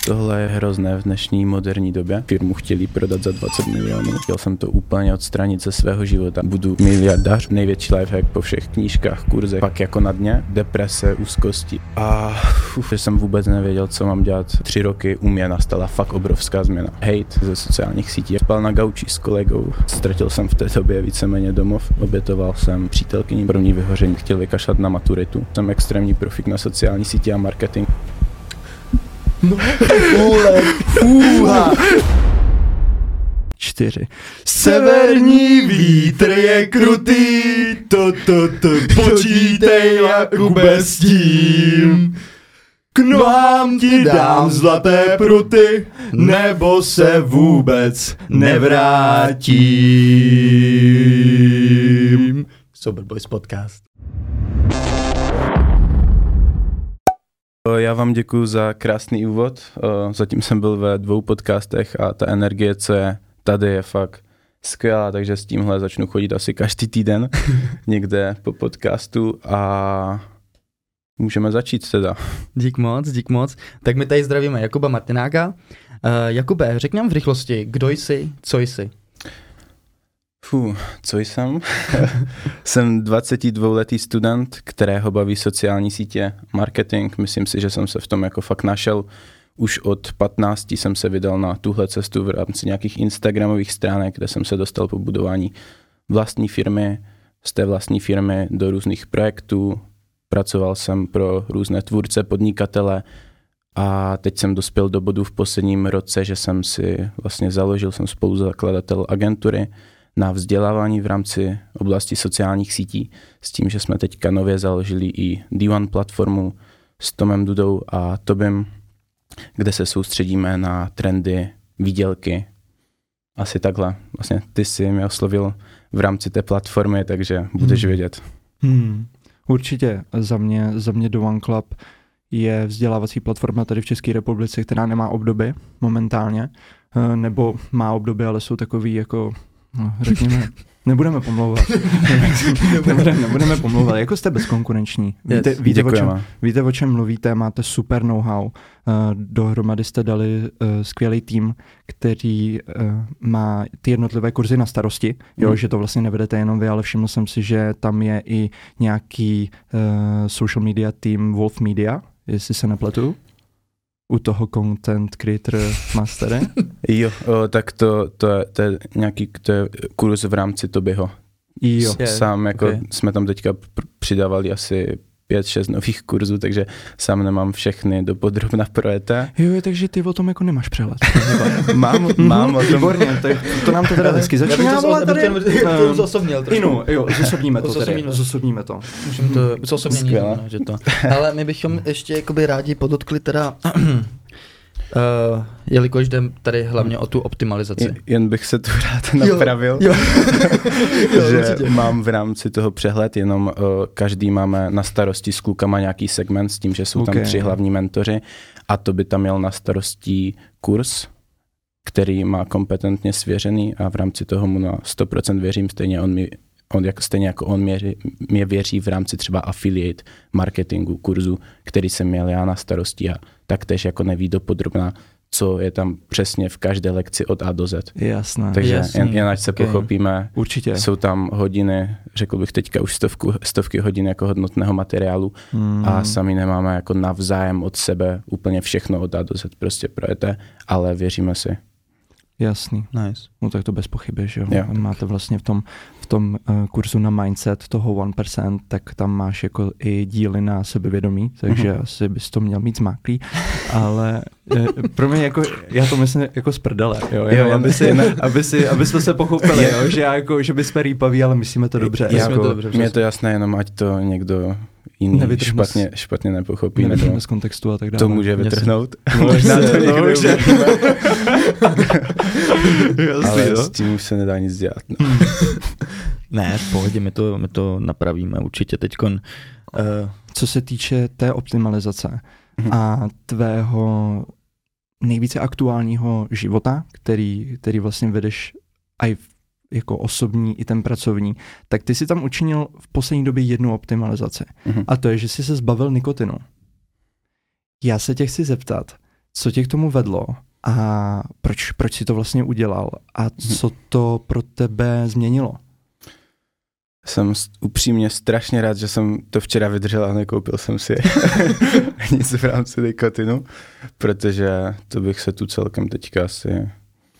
Tohle je hrozné v dnešní moderní době. Firmu chtěli prodat za 20 milionů. Chtěl jsem to úplně odstranit ze svého života. Budu miliardář, největší lifehack po všech knížkách, kurzech. Pak jako na dně, deprese, úzkosti. A že jsem vůbec nevěděl, co mám dělat. 3 roky u mě nastala fakt obrovská změna. Hate ze sociálních sítí. Spal na gauči s kolegou. Ztratil jsem v té době víceméně domov. Obětoval jsem přítelkyni. První vyhoření, chtěl vykašlat na maturitu. Jsem extrémní profik na sociální sítě a marketing. No, fúha. 4. Severní vítr je krutý, počítej Jakube s tím. K nohám ti dám zlaté pruty, nebo se vůbec nevrátím. Sober Boys Podcast. Já vám děkuju za krásný úvod. Zatím jsem byl ve 2 podcastech a ta energie, co je tady, je fakt skvělá, takže s tímhle začnu chodit asi každý týden někde po podcastu a můžeme začít teda. Dík moc. Tak my tady zdravíme Jakuba Martináka. Jakube, řekni nám v rychlosti, kdo jsi, co jsi? Co jsem? Jsem 22letý student, kterého baví sociální sítě, marketing. Myslím si, že jsem se v tom jako fakt našel. Už od 15 jsem se vydal na tuhle cestu v rámci nějakých instagramových stránek, kde jsem se dostal po budování vlastní firmy, z té vlastní firmy do různých projektů. Pracoval jsem pro různé tvůrce, podnikatele a teď jsem dospěl do bodu v posledním roce, že jsem si vlastně založil, jsem spoluzakladatel agentury na vzdělávání v rámci oblasti sociálních sítí, s tím, že jsme teďka nově založili i D1 platformu s Tomem Dudou a Tobim, kde se soustředíme na trendy, výdělky. Asi takhle. Vlastně ty jsi mě oslovil v rámci té platformy, takže budeš vědět. Určitě. Za mě D1 Club je vzdělávací platforma tady v České republice, která nemá obdoby momentálně, nebo má obdoby, ale jsou takový jako řekněme, nebudeme pomlouvat. nebudeme pomlouvat, jako jste bezkonkurenční. Víte, o čem mluvíte, máte super know-how. Dohromady jste dali skvělý tým, který má ty jednotlivé kurzy na starosti, že to vlastně nevedete jenom vy, ale všiml jsem si, že tam je i nějaký social media tým Wolf Media, jestli se nepletu. U toho content creator mastery? Jo, tak to je nějaký kurz v rámci Tobyho. Jo. Sám jako jsme tam teďka přidávali asi 5-6 nových kurzů, takže sám nemám všechny dopodrobna projeté. Jo, takže ty o tom jako nemáš přehled. mám o tom. Výborně, to nám to teda hezky začíná. To zosobnil trošku. Jo, zosobníme to. Můžeme to zosobnění, že to. Ale my bychom ještě jakoby rádi podotkli teda, jelikož jde tady hlavně o tu optimalizaci. Jen bych se tu rád napravil, že mám v rámci toho přehled, jenom každý máme na starosti s klukama nějaký segment s tím, že jsou tam 3 hlavní mentoři a to by tam měl na starosti kurz, který má kompetentně svěřený a v rámci toho mu na 100% věřím, stejně jako on mě věří v rámci třeba affiliate marketingu, kurzu, který jsem měl já na starosti a taktéž jako neví dopodrobna, co je tam přesně v každé lekci od A do Z. Jasné. Takže jen ať se pochopíme, určitě. Jsou tam hodiny, řekl bych teďka už stovky hodin jako hodnotného materiálu a sami nemáme jako navzájem od sebe úplně všechno od A do Z prostě projete, ale věříme si. Jasný. Nice. No tak to bez pochyby, že jo. Máte vlastně v tom kurzu na mindset toho 1%, tak tam máš jako i díly na sebevědomí, takže asi bys to měl mít zmáklý, ale pro mě jako, já to myslím jako z prdele, aby jsme se pochopili, že by jsme rýpaví, ale myslíme to dobře. Mně je to jasné, jenom ať to někdo jiný špatně nepochopí. Nevytrhne z kontextu a tak dále. To může vytrhnout. Možná to někdo může. Ale s tím už se nedá nic dělat. No. Ne, v pohodě, my to napravíme určitě teďkon. Co se týče té optimalizace a tvého nejvíce aktuálního života, který vlastně vedeš i jako osobní, i ten pracovní, tak ty si tam učinil v poslední době jednu optimalizaci. A to je, že jsi se zbavil nikotinu. Já se tě chci zeptat, Co tě k tomu vedlo a proč jsi to vlastně udělal a co to pro tebe změnilo? Jsem upřímně strašně rád, že jsem to včera vydržel a nekoupil jsem si nic v rámci nikotinu, protože to bych se tu celkem teďka asi...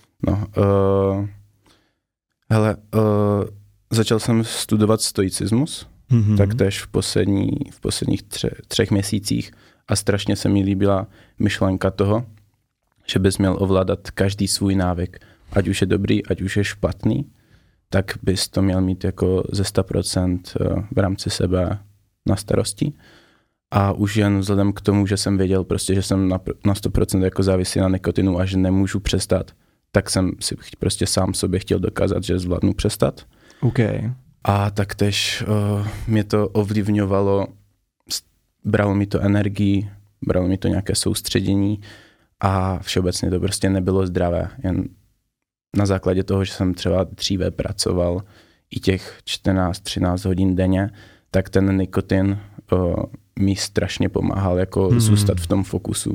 Začal jsem studovat stoicismus, taktéž v posledních 3 měsících a strašně se mi líbila myšlenka toho, že bys měl ovládat každý svůj návyk, ať už je dobrý, ať už je špatný, tak bys to měl mít jako ze 100% v rámci sebe na starosti. A už jen vzhledem k tomu, že jsem věděl prostě, že jsem na 100% jako závislý na nikotinu a že nemůžu přestat, tak jsem si prostě sám sobě chtěl dokázat, že zvládnu přestat. Okay. A taktéž mě to ovlivňovalo, bralo mi to energii, bralo mi to nějaké soustředění a všeobecně to prostě nebylo zdravé. Jen na základě toho, že jsem třeba dříve pracoval i těch 14-13 hodin denně, tak ten nikotin mi strašně pomáhal jako zůstat v tom fokusu.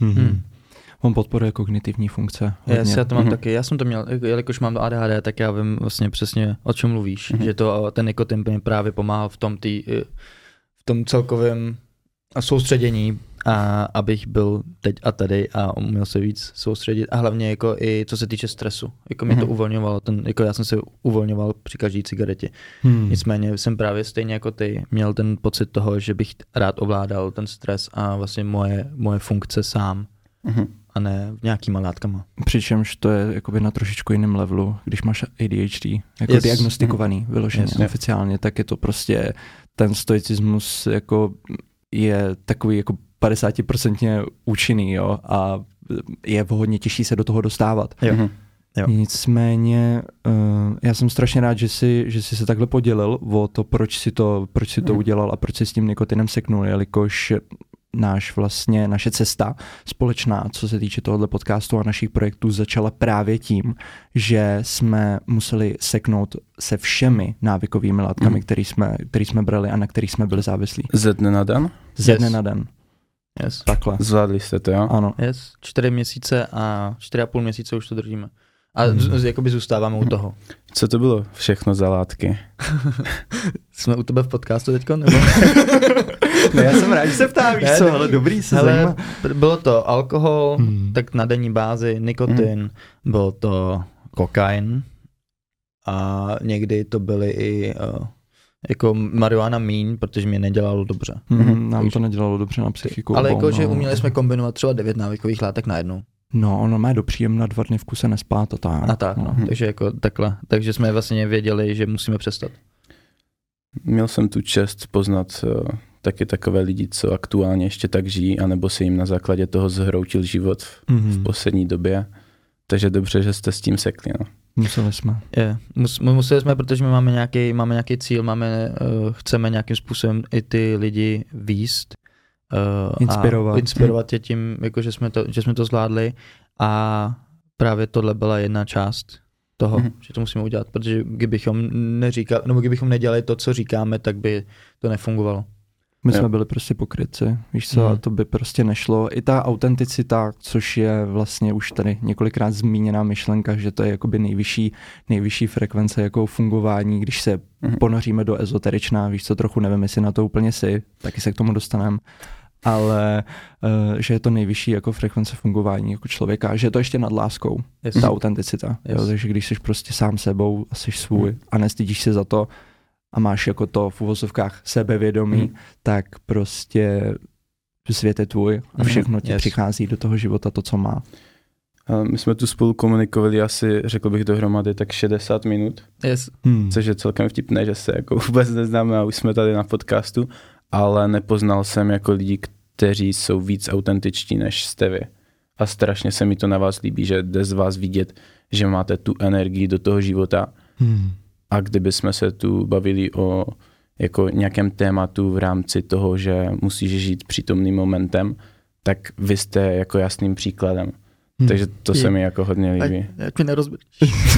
On podporuje kognitivní funkce. Já to mám taky. Já jsem to měl, jelikož mám ADHD, tak já vím vlastně přesně, o čem mluvíš. Že ten nikotin mi právě pomáhal v tom celkovém soustředění, a abych byl teď a tady a uměl se víc soustředit. A hlavně jako i co se týče stresu. Jako mě to uvolňovalo. Jako já jsem se uvolňoval při každé cigaretě. Nicméně jsem právě stejně jako ty měl ten pocit toho, že bych rád ovládal ten stres a vlastně moje funkce sám. A ne nějakýma látkama. Přičemž to je jakoby na trošičku jiném levelu, když máš ADHD, jako diagnostikovaný, vyloženě oficiálně, tak je to prostě ten stoicismus jako je takový jako 50% účinný, jo, a je hodně těžší se do toho dostávat. Jo. Nicméně já jsem strašně rád, že jsi se takhle podělil o to, proč si to udělal a proč si s tím nikotinem seknul, jelikož naše cesta společná, co se týče tohoto podcastu a našich projektů, začala právě tím, že jsme museli seknout se všemi návykovými látkami, který jsme brali a na kterých jsme byli závislí. Ze dne na den? Ze dne na den. Yes. Takhle. Zvládli jste to, jo? Ano. Yes. 4 měsíce a 4,5 měsíce už to držíme. A jakoby zůstáváme u toho. Co to bylo všechno za látky? Jsme u tebe v podcastu teďko, nebo? No já jsem rád, že se ptám, víš co, ale dobrý se zajímá. Bylo to alkohol, tak na denní bázi, nikotin, bylo to kokain a někdy to byly i jako marihuana míň, protože mě nedělalo dobře. Nám to nedělalo dobře na psychiku. Ale jakože uměli jsme kombinovat třeba 9 návykových látek najednou. No, ono má příjem na 2 dny v kuse nespát a tak. A tak, no. Takže jako takhle. Takže jsme vlastně věděli, že musíme přestat. Měl jsem tu čest poznat taky takové lidi, co aktuálně ještě tak žijí, anebo se jim na základě toho zhroutil život v poslední době. Takže dobře, že jste s tím sekli. No. Museli jsme. Museli jsme, protože my máme nějaký cíl, chceme nějakým způsobem i ty lidi víst. Inspirovat je tím, jako že jsme to zvládli a právě tohle byla jedna část toho, že to musíme udělat, protože kdybychom nedělali to, co říkáme, tak by to nefungovalo. My jsme byli prostě pokrytci, víš co, a to by prostě nešlo. I ta autenticita, což je vlastně už tady několikrát zmíněná myšlenka, že to je jakoby nejvyšší frekvence jako fungování, když se ponoříme do ezoteričná, víš co, trochu nevím, jestli na to úplně taky se k tomu dostaneme, ale že je to nejvyšší jako frekvence fungování jako člověka, že je to ještě nad láskou, ta autenticita. Jo, takže když jsi prostě sám sebou a jsi svůj a nestydíš se za to, a máš jako to v uvozovkách sebevědomí, tak prostě svět je tvůj a všechno ti přichází do toho života to, co má. My jsme tu spolu komunikovali asi, řekl bych dohromady, tak 60 minut, což je celkem vtipné, že se jako vůbec neznáme a už jsme tady na podcastu, ale nepoznal jsem jako lidi, kteří jsou víc autentičtí než jste vy. A strašně se mi to na vás líbí, že jde z vás vidět, že máte tu energii do toho života. A kdyby jsme se tu bavili o jako nějakém tématu v rámci toho, že musíš žít přítomným momentem, tak vy jste jako jasným příkladem. Takže to se mi jako hodně líbí. Jak mi nerozbíš.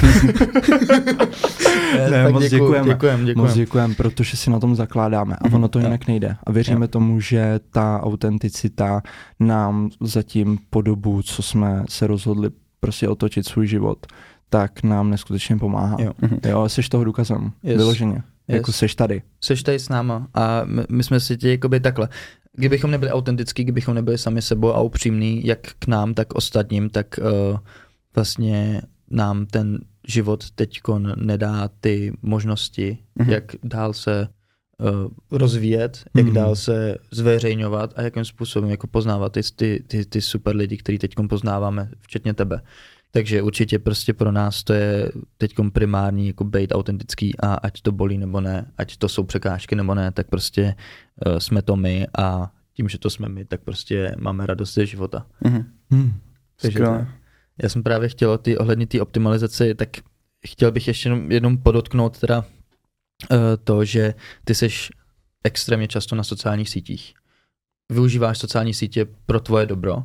Ne, moc děkujeme. Moc děkujeme, protože si na tom zakládáme a ono to jinak nejde. A věříme tomu, že ta autenticita nám zatím po dobu, co jsme se rozhodli prostě otočit svůj život, tak nám neskutečně pomáhá. Jo, seš toho důkazem, vyloženě. Jako seš tady. Seš tady s náma a my jsme si tě jakoby takhle. Kdybychom nebyli autentický, kdybychom nebyli sami sebou a upřímní, jak k nám, tak ostatním, tak vlastně nám ten život teďko nedá ty možnosti, jak dál se rozvíjet, jak dál se zveřejňovat a jakým způsobem jako poznávat ty super lidi, který teďko poznáváme, včetně tebe. Takže určitě prostě pro nás to je teďkom primární jako být autentický a ať to bolí nebo ne, ať to jsou překážky nebo ne, tak prostě jsme to my a tím, že to jsme my, tak prostě máme radost ze života. Takže já jsem právě chtěl ohledně té optimalizace, tak chtěl bych ještě jenom podotknout teda to, že ty seš extrémně často na sociálních sítích. Využíváš sociální sítě pro tvoje dobro,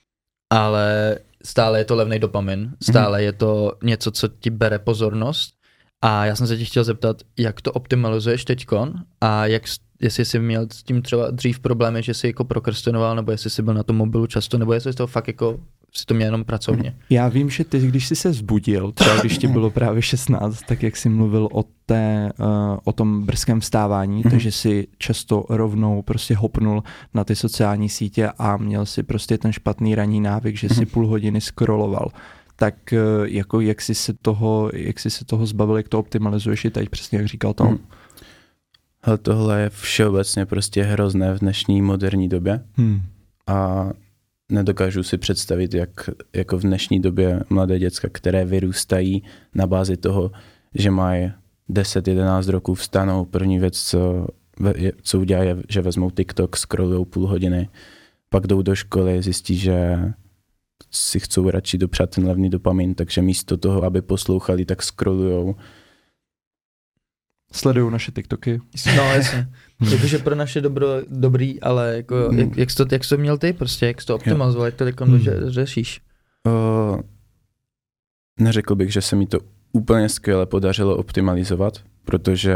ale stále je to levný dopamin, stále je to něco, co ti bere pozornost a já jsem se tě chtěl zeptat, jak to optimalizuješ teďkon a jestli jsi měl s tím třeba dřív problémy, že jsi jako prokrastinoval, nebo jestli jsi byl na tom mobilu často, nebo jestli jsi to fakt jako si to měl jenom pracovně. Já vím, že ty, když jsi se vzbudil, třeba když ti bylo právě 16, tak jak jsi mluvil o tom brzkém vstávání, takže si často rovnou prostě hopnul na ty sociální sítě a měl si prostě ten špatný ranní návyk, že si půl hodiny scrolloval. Tak jako jak jsi se toho zbavil, jak to optimalizuješ i teď, přesně jak říkal Tom? Tohle je všeobecně prostě hrozné v dnešní moderní době a nedokážu si představit, jak jako v dnešní době mladé děcka, které vyrůstají na bázi toho, že mají 10-11 roků, vstanou, první věc, co udělají, je, že vezmou TikTok, scrollujou půl hodiny, pak jdou do školy, zjistí, že si chcou radši dopřát ten levný dopamin, takže místo toho, aby poslouchali, tak scrollujou. Sledují naše TikToky. No jasně. Jakože pro naše dobrý, ale jako, jak jsi to měl ty prostě, jak jsi to optimalizoval, jak to řešíš? Neřekl bych, že se mi to úplně skvěle podařilo optimalizovat, protože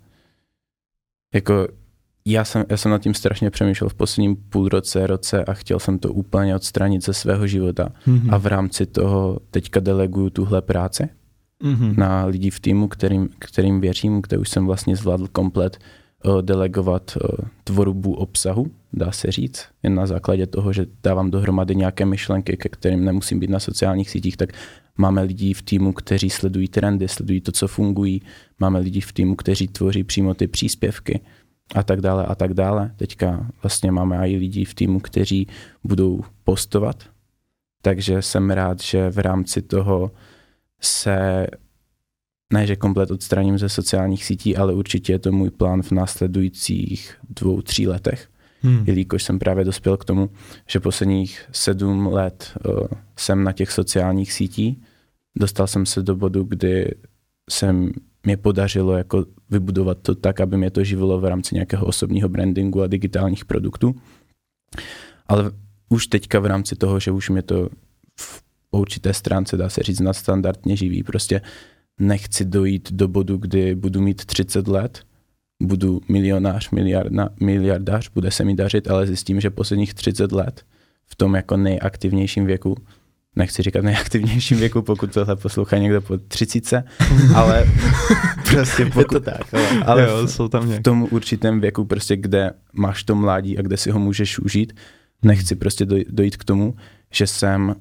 jako já jsem nad tím strašně přemýšlel v posledním půl roce a chtěl jsem to úplně odstranit ze svého života a v rámci toho teďka deleguju tuhle práci na lidi v týmu, kterým věřím, kde už jsem vlastně zvládl komplet delegovat tvorbu obsahu, dá se říct, jen na základě toho, že dávám dohromady nějaké myšlenky, ke kterým nemusím být na sociálních sítích, tak máme lidi v týmu, kteří sledují trendy, sledují to, co fungují, máme lidi v týmu, kteří tvoří přímo ty příspěvky a tak dále a tak dále. Teďka vlastně máme i lidi v týmu, kteří budou postovat, takže jsem rád, že v rámci toho se ne, že komplet odstraním ze sociálních sítí, ale určitě je to můj plán v následujících 2-3 letech. Jelikož jsem právě dospěl k tomu, že posledních 7 let jsem na těch sociálních sítích. Dostal jsem se do bodu, kdy mě podařilo jako vybudovat to tak, aby mě to živilo v rámci nějakého osobního brandingu a digitálních produktů. Ale už teďka v rámci toho, že už mě to v určité stránce, dá se říct, nadstandardně živí, prostě nechci dojít do bodu, kdy budu mít 30 let, budu milionář, miliardář, bude se mi dařit, ale zjistím, že posledních 30 let v tom jako nejaktivnějším věku, nechci říkat nejaktivnějším věku, pokud tohle poslouchá někdo po 30, ale prostě pokud, je to tak, ale jo, jsou tam v tom určitém věku, prostě kde máš to mládí a kde si ho můžeš užít, nechci prostě dojít k tomu, že jsem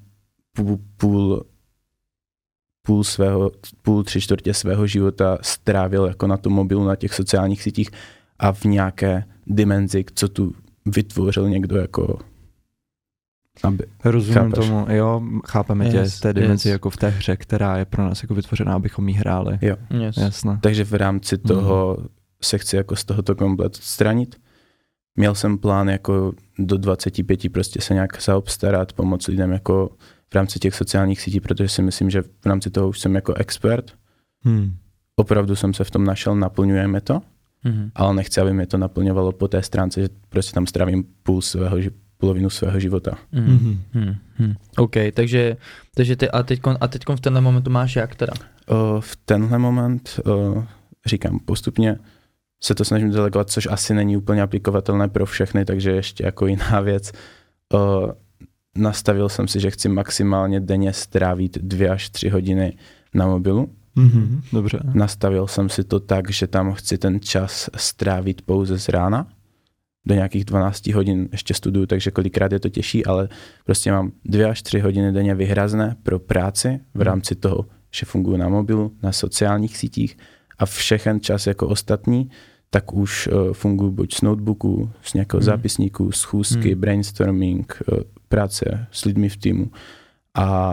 půl 3/4 svého života strávil jako na tom mobilu, na těch sociálních sítích a v nějaké dimenzi, co tu vytvořil někdo jako Rozumím tomu, jo, chápeme tě v té dimenzi jako v té hře, která je pro nás jako vytvořená, abychom jí hráli. Jo, jasné. Takže v rámci toho se chci jako z tohoto komplet odstranit. Měl jsem plán jako do 25 prostě se nějak zaobstarat, pomoct lidem jako v rámci těch sociálních sítí, protože si myslím, že v rámci toho už jsem jako expert. Opravdu jsem se v tom našel, naplňujeme to, ale nechci, aby mě to naplňovalo po té stránce, že prostě tam strávím půl polovinu svého života. OK, takže ty a teďkon v tenhle momentu máš jak teda? V tenhle moment, říkám, postupně se to snažím delegovat, což asi není úplně aplikovatelné pro všechny, takže ještě jako jiná věc. Nastavil jsem si, že chci maximálně denně strávit 2 až 3 hodiny na mobilu. Dobře. Nastavil jsem si to tak, že tam chci ten čas strávit pouze z rána. Do nějakých 12 hodin ještě studuju, takže kolikrát je to těžší, ale prostě mám 2 až 3 hodiny denně vyhrazené pro práci v rámci toho, že funguji na mobilu, na sociálních sítích a všechen čas jako ostatní, tak už funguji buď z notebooku, z nějakého zápisníku, schůzky, brainstorming, práce s lidmi v týmu. A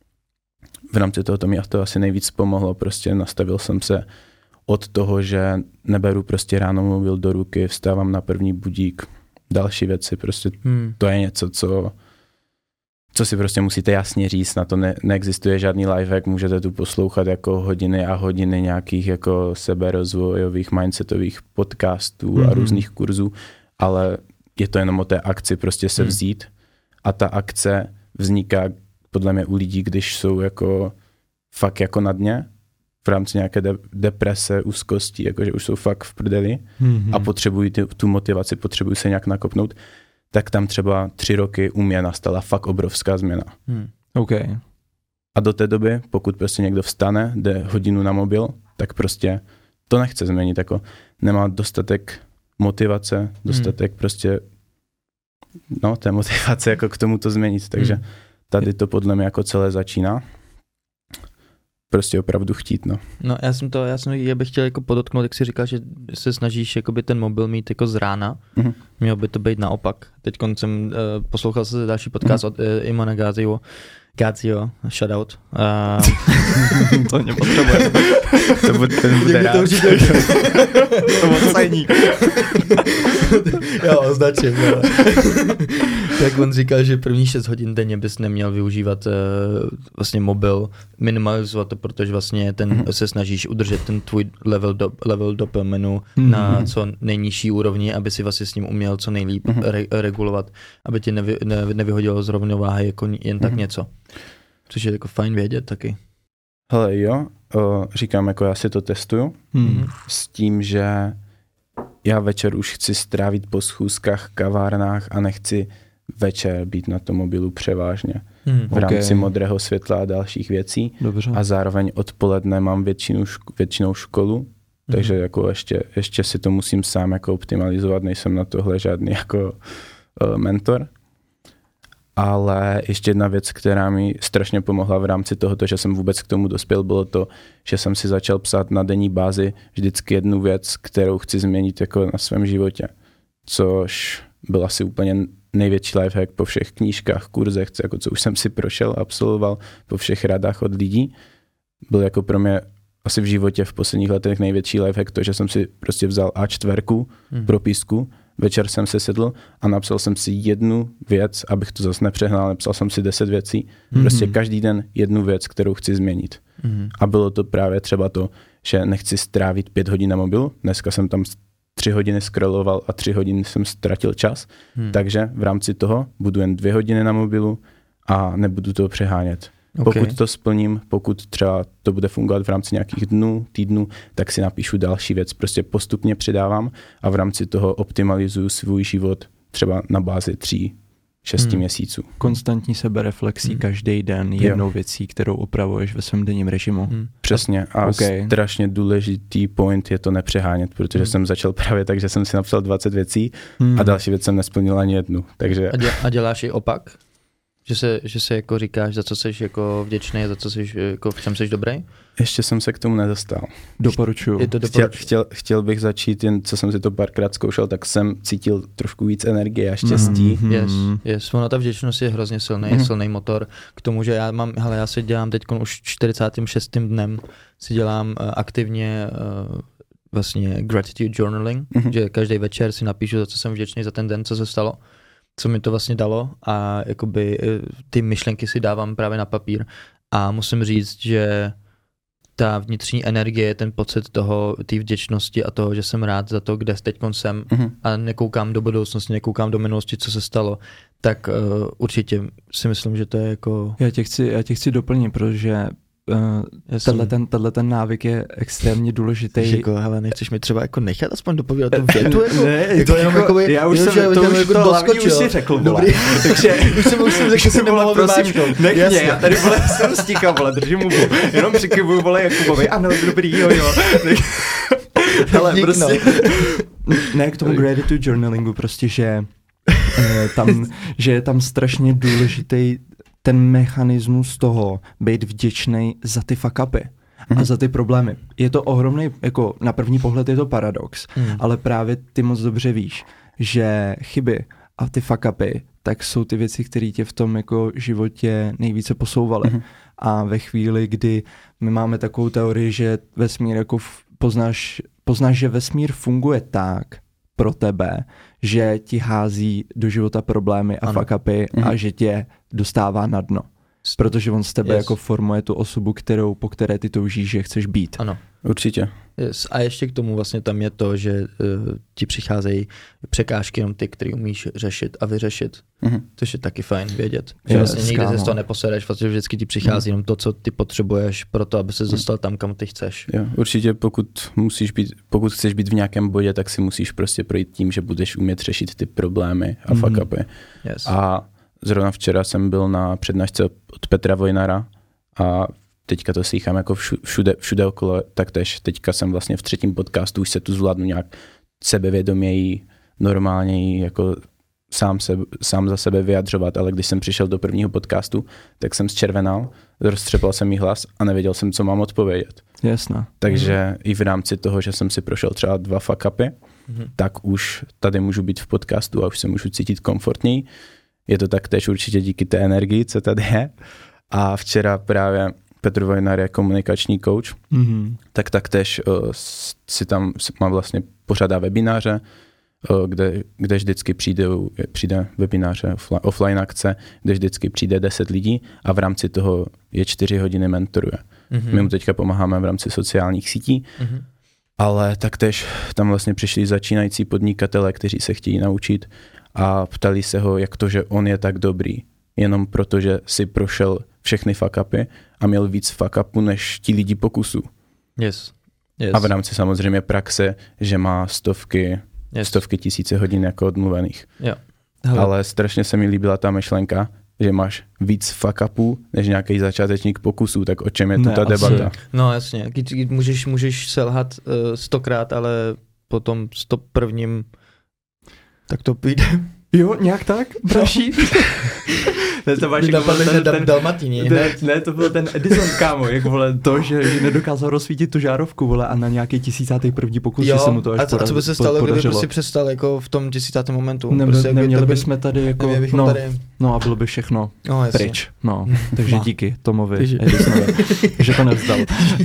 v rámci toho mi to asi nejvíc pomohlo, prostě nastavil jsem se od toho, že neberu prostě ráno mobil do ruky, vstávám na první budík, další věci, prostě to je něco, co si prostě musíte jasně říct, na to neexistuje žádný lifehack, můžete tu poslouchat jako hodiny a hodiny nějakých jako seberozvojových, mindsetových podcastů a různých kurzů, ale je to jenom o té akci prostě se vzít a ta akce vzniká podle mě u lidí, když jsou jako fakt jako na dně, v rámci nějaké deprese, úzkosti, jakože už jsou fakt v prdeli a potřebují tu motivaci, potřebují se nějak nakopnout, tak tam třeba 3 roky u mě nastala fakt obrovská změna. Okay. A do té doby, pokud prostě někdo vstane, jde hodinu na mobil, tak prostě to nechce změnit, jako nemá dostatek motivace, dostatek prostě té motivace jako k tomu to změnit, takže tady to podle mě jako celé začíná. Prostě opravdu chtít, no. No já bych chtěl jako podotknout, jak jsi říkal, že se snažíš jakoby ten mobil mít jako z rána. Mělo by to být naopak. Teď jsem poslouchal se další podcast od Imana Gazio, shoutout. To nepotřebuje. Ten bude rád. To odcení. Jo, označím. Jo. Tak on říkal, že první 6 hodin denně bys neměl využívat vlastně mobil, minimalizovat to, protože vlastně se snažíš udržet ten tvůj level dopaminu na co nejnižší úrovni, aby si vlastně s ním uměl co nejlíp regulovat, aby ti nevyhodilo z rovnováhy jako jen tak něco. Což je jako fajn vědět taky. Hele jo, říkám, jako já si to testuju s tím, že já večer už chci strávit po schůzkách, kavárnách a nechci večer být na tom mobilu převážně v rámci modrého světla a dalších věcí. Dobře. A zároveň odpoledne mám většinou školu, takže jako ještě si to musím sám jako optimalizovat, nejsem na tohle žádný jako mentor. Ale ještě jedna věc, která mi strašně pomohla v rámci tohoto, že jsem vůbec k tomu dospěl, bylo to, že jsem si začal psát na denní bázi vždycky jednu věc, kterou chci změnit jako na svém životě. Což byl asi úplně největší lifehack po všech knížkách, kurzech, jako co už jsem si prošel, absolvoval, po všech radách od lidí. Byl jako pro mě asi v životě v posledních letech největší lifehack to, že jsem si prostě vzal A4 propisku, večer jsem se sedl a napsal jsem si jednu věc, abych to zase nepřehnal, napsal jsem si 10 věcí, prostě každý den jednu věc, kterou chci změnit. A bylo to právě třeba to, že nechci strávit 5 hodin na mobilu, dneska jsem tam 3 hodiny scrolloval a 3 hodiny jsem ztratil čas, takže v rámci toho budu jen 2 hodiny na mobilu a nebudu to přehánět. Pokud to splním, pokud třeba to bude fungovat v rámci nějakých dnů, týdnů, tak si napíšu další věc. Prostě postupně přidávám a v rámci toho optimalizuju svůj život třeba na bázi 3-6 měsíců. Konstantní sebereflexí každý den jednou věcí, kterou opravuješ ve svém denním režimu. Přesně a strašně důležitý point je to nepřehánět, protože jsem začal právě tak, že jsem si napsal 20 věcí a další věc jsem nesplnil ani jednu. Takže... A děláš i opak? Že se jako říkáš, za co jsi jako vděčný, za co jsi jako v čem jsi dobrý? Ještě jsem se k tomu nedostal. Doporučuju. Chtěl bych začít, jen co jsem si to párkrát zkoušel, tak jsem cítil trošku víc energie a štěstí. Yes. Ona ta vděčnost je hrozně silný motor k tomu, že já si dělám teď už 46. dnem, si dělám aktivně vlastně gratitude journaling, že každý večer si napíšu, za co jsem vděčný za ten den, co se stalo, co mi to vlastně dalo a jakoby ty myšlenky si dávám právě na papír a musím říct, že ta vnitřní energie, ten pocit toho, té vděčnosti a toho, že jsem rád za to, kde teďkon jsem a nekoukám do budoucnosti, nekoukám do minulosti, co se stalo, tak určitě si myslím, že to je jako... Já tě chci doplnit, protože tenhle ten návyk je extrémně důležitý. Jako, hele, nechceš mi třeba jako nechat aspoň dopovídat tu větu? Jako, ne, jako, jenom jako, já už jsem to hlavní už si řekl, vole. Takže už jsem řekl, že jsem nemohl vymáčknout. Nech mě, já tady, vole, jsem stíkal, vole, držím mu, jenom přikyvuju, vole, Jakubovi, ano, dobrý, jo. Hele, prostě, ne k tomu gratitude journalingu, prostě, že je tam strašně důležitý ten mechanismus toho být vděčný za ty fuck upy a za ty problémy. Je to ohromný, jako na první pohled je to paradox, ale právě ty moc dobře víš, že chyby a ty fuck upy, tak jsou ty věci, které tě v tom jako životě nejvíce posouvaly. A ve chvíli, kdy my máme takovou teorii, že vesmír jako poznáš, že vesmír funguje tak pro tebe, že ti hází do života problémy a fuck upy a že tě dostává na dno. Protože on z tebe jako formuje tu osobu, po které ty toužíš, že chceš být. Ano. Určitě. Yes. A ještě k tomu vlastně tam je to, že ti přicházejí překážky jenom ty, které umíš řešit a vyřešit. Což je taky fajn vědět. Že vlastně nikdy se z toho neposereš, vlastně vždycky ti přichází jenom to, co ty potřebuješ pro to, aby se dostal tam, kam ty chceš. Jo, určitě pokud chceš být v nějakém bodě, tak si musíš prostě projít tím, že budeš umět řešit ty problémy a fuck upy. Yes. A zrovna včera jsem byl na přednášce od Petra Vojnara a teďka to slýchám jako všude okolo, tak tež teďka jsem vlastně v 3. podcastu, už se tu zvládnu nějak sebevědoměji, normálněji, jako sám za sebe vyjadřovat, ale když jsem přišel do 1. podcastu, tak jsem zčervenal, roztřepal jsem jí hlas a nevěděl jsem, co mám odpovědět. Jasné. Takže i v rámci toho, že jsem si prošel třeba 2 fuck upy, tak už tady můžu být v podcastu a už se můžu cítit komfortněji. Je to taktéž určitě díky té energii, co tady je. A včera právě Petr Vojnar je komunikační coach, tak taktéž si tam má vlastně pořádá webináře, kde vždycky přijde webináře, offline akce, kde vždycky přijde 10 lidí a v rámci toho je 4 hodiny mentoruje. My mu teďka pomáháme v rámci sociálních sítí, ale taktéž tam vlastně přišli začínající podnikatelé, kteří se chtějí naučit a ptali se ho, jak to, že on je tak dobrý, jenom proto, že si prošel všechny fuck upy a měl víc fuck upů než ti lidi pokusů. Yes. A v rámci samozřejmě praxe, že má stovky tisíce hodin jako odmluvených. Yeah. Ale strašně se mi líbila ta myšlenka, že máš víc fuck upů než nějaký začátečník pokusů, tak o čem je tu ta debata? No jasně, můžeš selhat 100krát, ale potom 101. tak to půjde. Jo, nějak tak, braší. To máš ten Dalmatini. Ne, to byl ten Edison, kámo, jako vole to, že nedokázal rozsvítit tu žárovku, vole, a na nějaký 1001. pokus, že se mu to až podařilo. A co by se stalo, kdyby prostě přestal jako v tom 10. momentu? Neměli bychom tady jako, no a bylo by všechno pryč. No, takže díky Tomovi Edisonovi, že to nevzdal.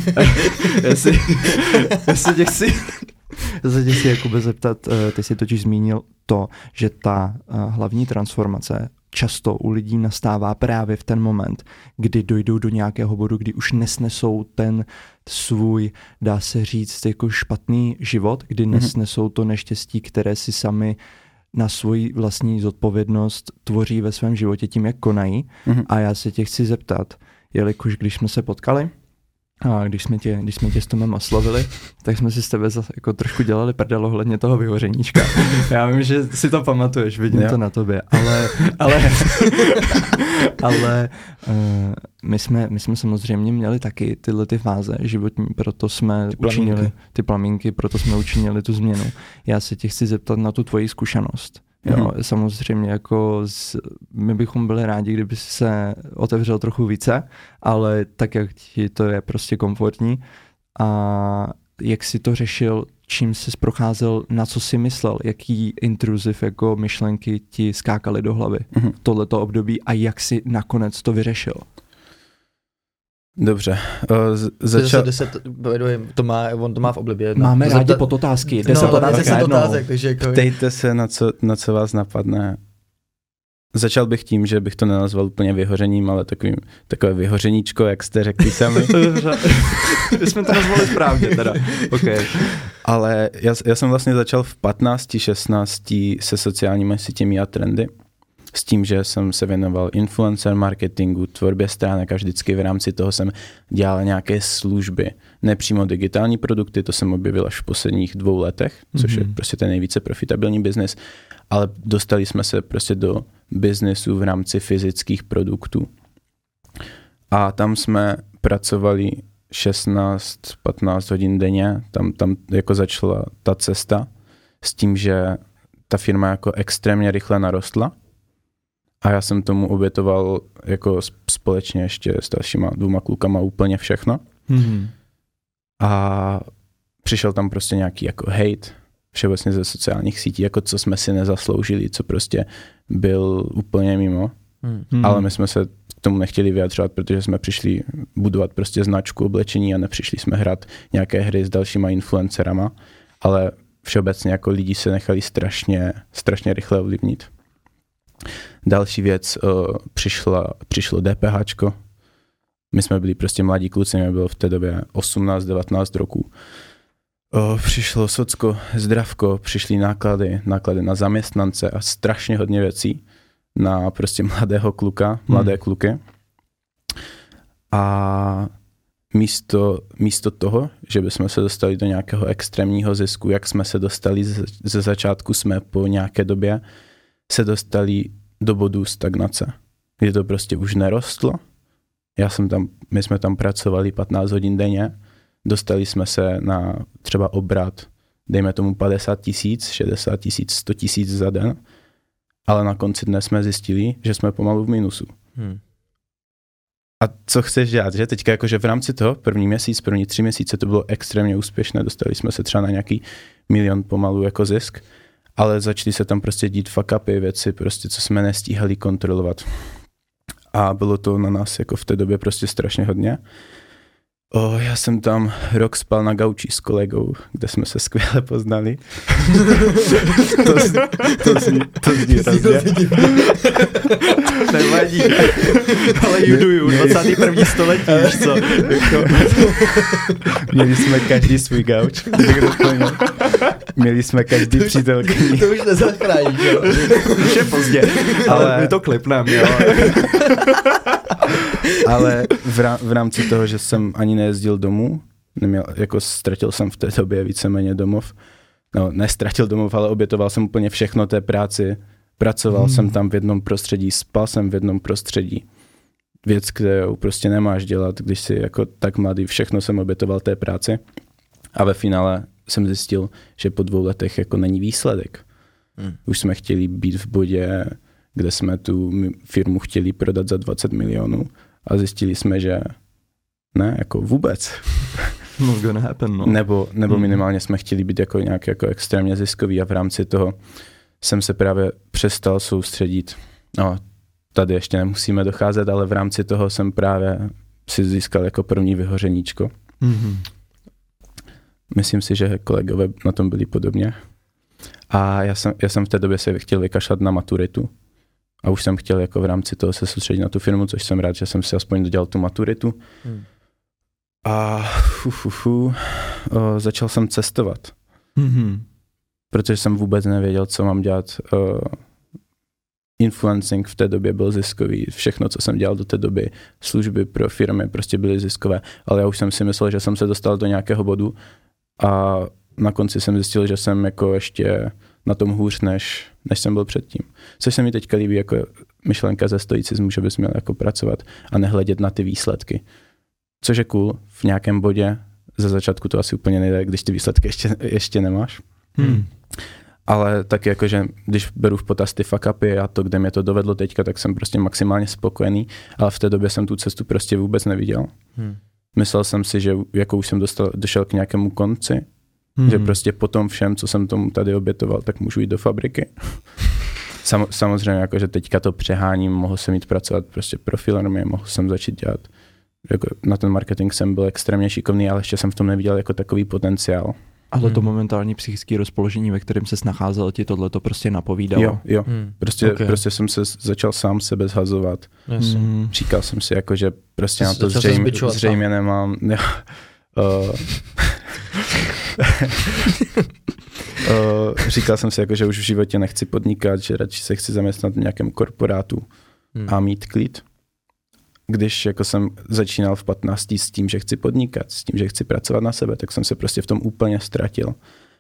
Já se tě chci Jakube zeptat, ty jsi totiž zmínil to, že ta hlavní transformace často u lidí nastává právě v ten moment, kdy dojdou do nějakého bodu, kdy už nesnesou ten svůj, dá se říct, jako špatný život, kdy nesnesou to neštěstí, které si sami na svoji vlastní zodpovědnost tvoří ve svém životě tím, jak konají. A já se tě chci zeptat, jelikož když jsme se potkali, a když jsme tě s Tomem oslovili, tak jsme si s tebe jako trošku dělali prdel ohledně toho vyhořeníčka. Já vím, že si to pamatuješ, vidím to na tobě, ale my jsme samozřejmě měli taky tyhle ty fáze životní, proto jsme učinili ty plamínky, proto jsme učinili tu změnu. Já se tě chci zeptat na tu tvoji zkušenost. Jo, samozřejmě jako my bychom byli rádi, kdyby se otevřel trochu více, ale tak, jak ti to je prostě komfortní. A jak jsi to řešil, čím jsi procházel, na co jsi myslel, jaký intruziv jako myšlenky ti skákaly do hlavy v tohleto období a jak jsi nakonec to vyřešil? Dobře. On to má v oblibě. Máme rádi podotázky. 10 otázek, takže jako... Ptejte se, na co vás napadne. Začal bych tím, že bych to nenazval úplně vyhořením, ale takové vyhořeníčko, jak jste řekli sami. My jsme to nazvali správně teda. Okay. Ale já jsem vlastně začal v 15, 16 se sociálními sítěmi a trendy. s tím, že jsem se věnoval influencer marketingu, tvorbě stránek a vždycky v rámci toho jsem dělal nějaké služby. Nepřímo digitální produkty, to jsem objevil až v posledních 2 letech, což je prostě ten nejvíce profitabilní biznis, ale dostali jsme se prostě do biznesu v rámci fyzických produktů. A tam jsme pracovali 16-15 hodin denně, tam jako začala ta cesta s tím, že ta firma jako extrémně rychle narostla a já jsem tomu obětoval jako společně ještě s dalšíma 2 klukama úplně všechno. A přišel tam prostě nějaký jako hate, všeobecně ze sociálních sítí, jako co jsme si nezasloužili, co prostě byl úplně mimo. Ale my jsme se k tomu nechtěli vyjadřovat, protože jsme přišli budovat prostě značku oblečení a nepřišli jsme hrát nějaké hry s dalšíma influencerama, ale všeobecně jako lidi se nechali strašně rychle ovlivnit. Další věc, přišlo DPHčko. My jsme byli prostě mladí kluci, mě bylo v té době 18-19 roků. Přišlo socko, zdravko, přišly náklady na zaměstnance a strašně hodně věcí na prostě mladé kluky. A místo toho, že bychom se dostali do nějakého extrémního zisku, jak jsme se dostali ze začátku, jsme po nějaké době se dostali do bodu stagnace, kdy to prostě už nerostlo. My jsme tam pracovali 15 hodin denně, dostali jsme se na třeba obrat, dejme tomu 50 000, 60 000, 100 000 za den, ale na konci dne jsme zjistili, že jsme pomalu v minusu. A co chceš dělat, že teďka jakože v rámci toho první 3 měsíce to bylo extrémně úspěšné, dostali jsme se třeba na nějaký 1 milion pomalu jako zisk, ale začaly se tam prostě dít fuck upy, věci prostě, co jsme nestíhali kontrolovat. A bylo to na nás jako v té době prostě strašně hodně. Já jsem tam rok spal na gauči s kolegou, kde jsme se skvěle poznali. to zní hrozně. Nevadí. Ale juduju, 21. století, víš co? Měli jsme každý svůj gauč. Měli jsme každý přítelkyni. To už nezachráníš, jo? Už je pozdě, ale my to klipneme, jo. Ale v rámci toho, že jsem ani nejezdil domů, ztratil jsem v té době víceméně domov. No, nestratil domov, ale obětoval jsem úplně všechno té práci. Pracoval jsem tam v jednom prostředí, spal jsem v jednom prostředí. Věc, kterou prostě nemáš dělat, když jsi jako tak mladý, všechno jsem obětoval té práci. A ve finále jsem zjistil, že po 2 letech jako není výsledek. Už jsme chtěli být v bodě, kde jsme tu firmu chtěli prodat za 20 milionů a zjistili jsme, že ne, jako vůbec. Not gonna happen, no. Nebo minimálně jsme chtěli být jako nějak jako extrémně ziskový a v rámci toho jsem se právě přestal soustředit. No, tady ještě nemusíme docházet, ale v rámci toho jsem právě si získal jako první vyhořeníčko. Myslím si, že kolegové na tom byli podobně. A já jsem v té době se chtěl vykašlat na maturitu. A už jsem chtěl jako v rámci toho se soustředit na tu firmu, což jsem rád, že jsem si aspoň dodělal tu maturitu. A začal jsem cestovat. Protože jsem vůbec nevěděl, co mám dělat. Influencing v té době byl ziskový. Všechno, co jsem dělal do té doby, služby pro firmy prostě byly ziskové. Ale já už jsem si myslel, že jsem se dostal do nějakého bodu a na konci jsem zjistil, že jsem jako ještě na tom hůř, než jsem byl předtím. Což se mi teďka líbí jako myšlenka ze stoicismu, že bys měl jako pracovat a nehledět na ty výsledky. Což je cool, v nějakém bodě, ze začátku to asi úplně nejde, když ty výsledky ještě nemáš. Ale tak jako, že když beru v potaz ty fuck upy a to, kde mě to dovedlo teďka, tak jsem prostě maximálně spokojený, ale v té době jsem tu cestu prostě vůbec neviděl. Myslel jsem si, že jako už jsem došel k nějakému konci, že prostě po tom všem, co jsem tomu tady obětoval, tak můžu jít do fabriky. Samozřejmě, jako, že teďka to přeháním, mohl jsem jít pracovat prostě pro firmy, mohl jsem začít dělat. Jako na ten marketing jsem byl extrémně šikovný, ale ještě jsem v tom neviděl jako takový potenciál. Ale to momentální psychické rozpoložení, ve kterém se nacházel, ti tohle to prostě napovídalo. Jo. Prostě jsem se začal sám sebe zhazovat. Říkal jsem si, jako, že prostě na to zřejmě nemám. Říkal jsem si, jako, že už v životě nechci podnikat, že radši se chci zaměstnat v nějakém korporátu a mít klid. Když jako jsem začínal v 15 s tím, že chci podnikat, s tím, že chci pracovat na sebe, tak jsem se prostě v tom úplně ztratil.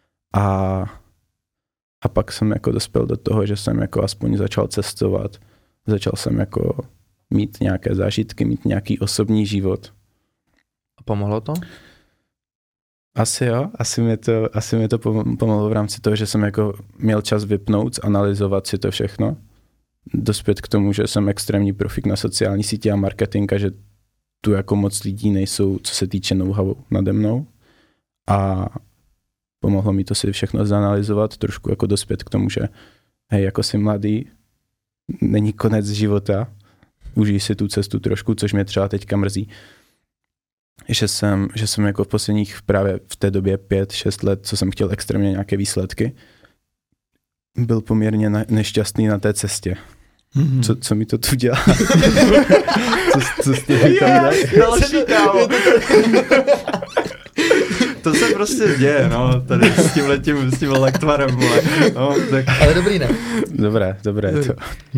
A pak jsem jako dospěl do toho, že jsem jako aspoň začal cestovat, začal jsem jako mít nějaké zážitky, mít nějaký osobní život. A pomohlo to? Asi jo, asi mi to pomohlo v rámci toho, že jsem jako měl čas vypnout, analyzovat si to všechno, dospět k tomu, že jsem extrémní profík na sociální sítě a marketing a že tu jako moc lidí nejsou, co se týče know-how nade mnou. A pomohlo mi to si všechno zanalyzovat, trošku jako dospět k tomu, že hej, jako jsi mladý, není konec života, užij si tu cestu trošku, což mě třeba teďka mrzí, že jsem jako v posledních právě v té době 5-6 let, co jsem chtěl extrémně nějaké výsledky, byl poměrně nešťastný na té cestě. Co mi to tu dělá? co jste mi tam dali? Další kámo. To se prostě děje, no, tady s tím lektvarem, no, tak. Ale dobrý, ne? Dobré to.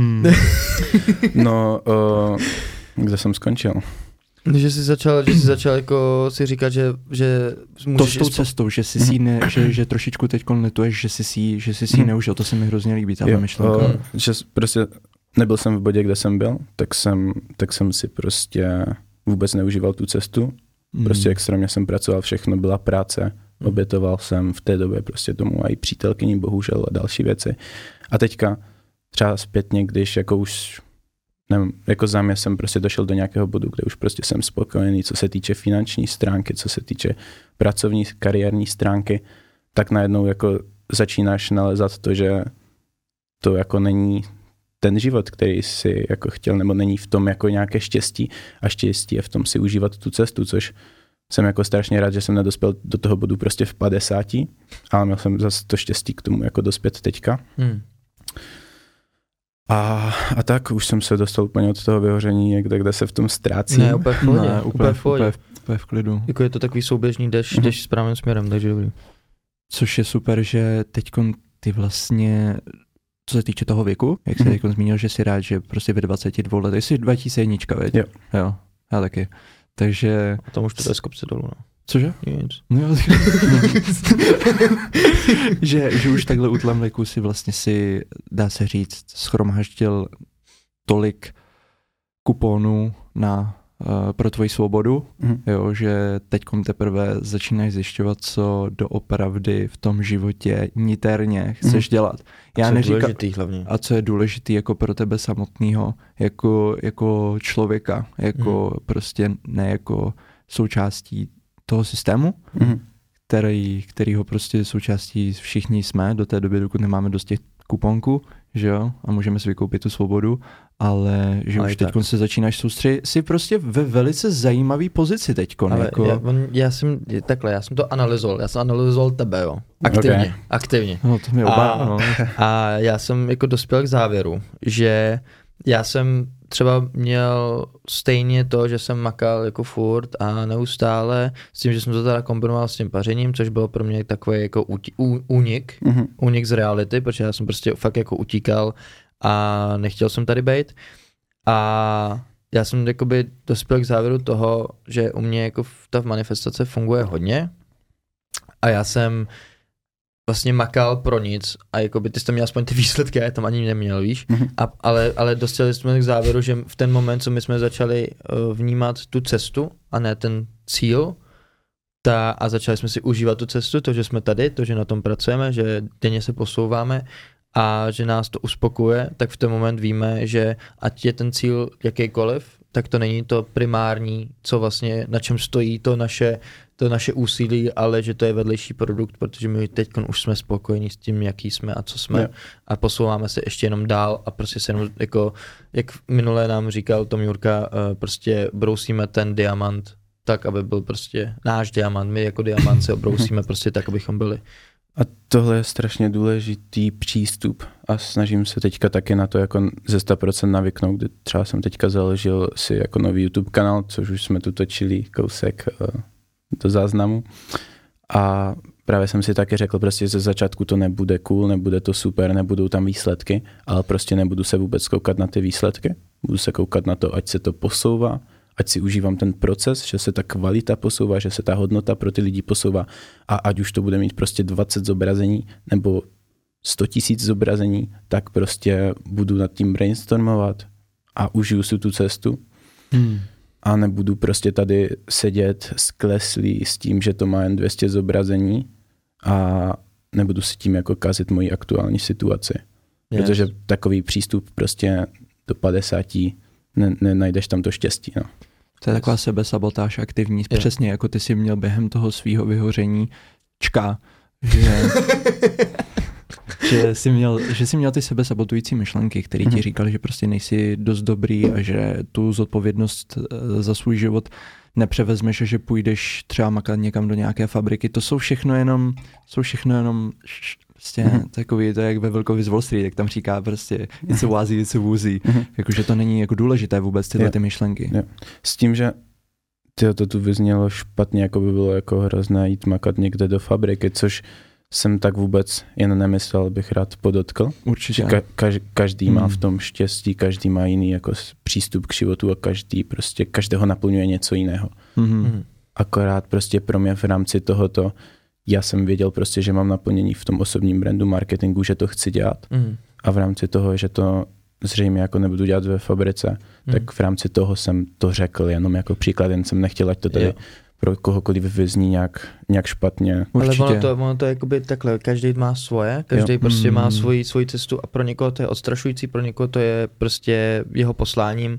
No, kde jsem skončil? Že jsi začal jako si říkat, že můžeš... To s tou cestou, že jsi si že trošičku teď netuješ, že jsi si neužil, to se mi hrozně líbí, ta myšlenka. Že prostě nebyl jsem v bodě, kde jsem byl, tak jsem si prostě vůbec neužíval tu cestu. Prostě extrémně jsem pracoval, všechno byla práce, obětoval jsem v té době prostě tomu a i přítelkyni, bohužel, a další věci. A teďka třeba zpětně, když jako už, nevím, jako za mě jsem prostě došel do nějakého bodu, kde už prostě jsem spokojený, co se týče finanční stránky, co se týče pracovní, kariérní stránky, tak najednou jako začínáš nalezat to, že to jako není ten život, který si jako chtěl, nebo není v tom jako nějaké štěstí a štěstí je v tom si užívat tu cestu, což jsem jako strašně rád, že jsem nedospěl do toho bodu prostě v 50, ale měl jsem zase to štěstí k tomu jako dospět teďka. A tak už jsem se dostal úplně od toho vyhoření někde, kde se v tom ztrácím. Ne, úplně v pohodě. Úplně v klidu. Jako je to takový souběžný, jdeš správným směrem, takže dobrý. Což je super, že teďkon ty vlastně, co se týče toho věku, jak jsi teďkon zmínil, že jsi rád, že prostě ve 22 letech, jsi 2001, veď? Jo, já taky. Takže... A tam už to jde z kopce dolů, no. Cože? Nic. No, že už takhle útlem věku si vlastně dá se říct, shromáždil tolik kuponů pro tvoji svobodu, jo, že teďkom teprve začínáš zjišťovat, co doopravdy v tom životě niterně chceš dělat. Já neříkám, důležitý hlavně. A co je důležitý jako pro tebe samotného, jako člověka, jako prostě ne jako součástí toho systému, kterýho prostě součástí všichni jsme do té doby, dokud nemáme dost těch kuponků, že jo, a můžeme si vykoupit tu svobodu, ale že už teď se začínáš soustředit, jsi prostě ve velice zajímavý pozici teďko. Ale jako... já jsem to analyzoval tebe, jo. Aktivně. No to mi obává. A já jsem jako dospěl k závěru, že já jsem třeba měl stejně to, že jsem makal jako furt a neustále s tím, že jsem to teda kombinoval s tím pařením, což bylo pro mě takový jako únik z reality, protože já jsem prostě fakt jako utíkal a nechtěl jsem tady být. A já jsem jakoby dospěl k závěru toho, že u mě jako ta manifestace funguje hodně a já jsem vlastně makal pro nic a jakoby ty jsi tam měl aspoň ty výsledky, já tam ani neměl, víš, ale dostali jsme k závěru, že v ten moment, co my jsme začali vnímat tu cestu a ne ten cíl, a začali jsme si užívat tu cestu, to, že jsme tady, to, že na tom pracujeme, že denně se posouváme a že nás to uspokuje, tak v ten moment víme, že ať je ten cíl jakýkoliv, tak to není to primární, co vlastně, na čem stojí to naše úsilí, ale že to je vedlejší produkt, protože my teď už jsme spokojení s tím, jaký jsme a co jsme a posouváme se ještě jenom dál a prostě se jenom, jako, jak minule nám říkal Tom Jurka, prostě brousíme ten diamant tak, aby byl prostě náš diamant, my jako diamant se obrousíme prostě tak, abychom byli. A tohle je strašně důležitý přístup a snažím se teďka taky na to jako ze 100% navyknout, kdy třeba jsem teďka založil si jako nový YouTube kanál, což už jsme tu točili kousek do záznamu a právě jsem si taky řekl, prostě ze začátku to nebude cool, nebude to super, nebudou tam výsledky, ale prostě nebudu se vůbec koukat na ty výsledky, budu se koukat na to, ať se to posouvá, ať si užívám ten proces, že se ta kvalita posouvá, že se ta hodnota pro ty lidi posouvá a ať už to bude mít prostě 20 zobrazení nebo 100 000 zobrazení, tak prostě budu nad tím brainstormovat a užiju si tu cestu. A nebudu prostě tady sedět skleslý s tím, že to má jen 200 zobrazení a nebudu si tím jako kazit moji aktuální situaci. Protože takový přístup prostě do 50 nenajdeš tam to štěstí. No. To je taková sebesabotáž aktivní, přesně jako ty si měl během toho svýho vyhoření že jsi měl ty sebesabotující myšlenky, které ti říkali, že prostě nejsi dost dobrý a že tu zodpovědnost za svůj život nepřevezmeš a že půjdeš třeba makat někam do nějaké fabriky. To jsou všechno jenom prostě takový, to je jak ve Vlkovi z Wall Street, jak tam říká prostě it's a wazi, it's a woozy. Jakože to není jako důležité vůbec tyhle ty myšlenky. S tím, že to tu vyznělo špatně, jako by bylo jako hrozné jít makat někde do fabriky, což jsem tak vůbec jen nemyslel, bych rád podotkl. Určitě. Každý má v tom štěstí, každý má jiný jako přístup k životu a každého naplňuje něco jiného. Akorát prostě pro mě v rámci tohoto já jsem věděl prostě, že mám naplnění v tom osobním brandu marketingu, že to chci dělat a v rámci toho, že to zřejmě jako nebudu dělat ve fabrice, tak v rámci toho jsem to řekl jenom jako příklad, jen jsem nechtěl, ať to tady pro kohokoliv vyzní nějak špatně. Určitě. Ale ono to je jakoby takhle, každý má svoje, každý prostě má svoji cestu a pro někoho to je odstrašující, pro někoho to je prostě jeho posláním.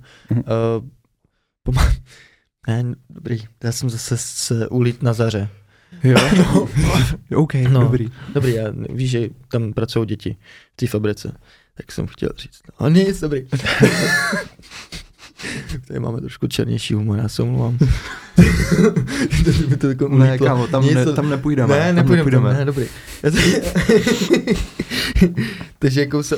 Dobrý, já jsem zase se ulít na Zaře. Jo? Dobrý. Dobrý, já víš, že tam pracují děti v té fabrice, tak jsem chtěl říct. Ale nic, dobrý. Tady máme trošku černější humor, já se omlouvám. Ne, kámo, tam nepůjdeme. Ne, dobrý. Takže jako jsem...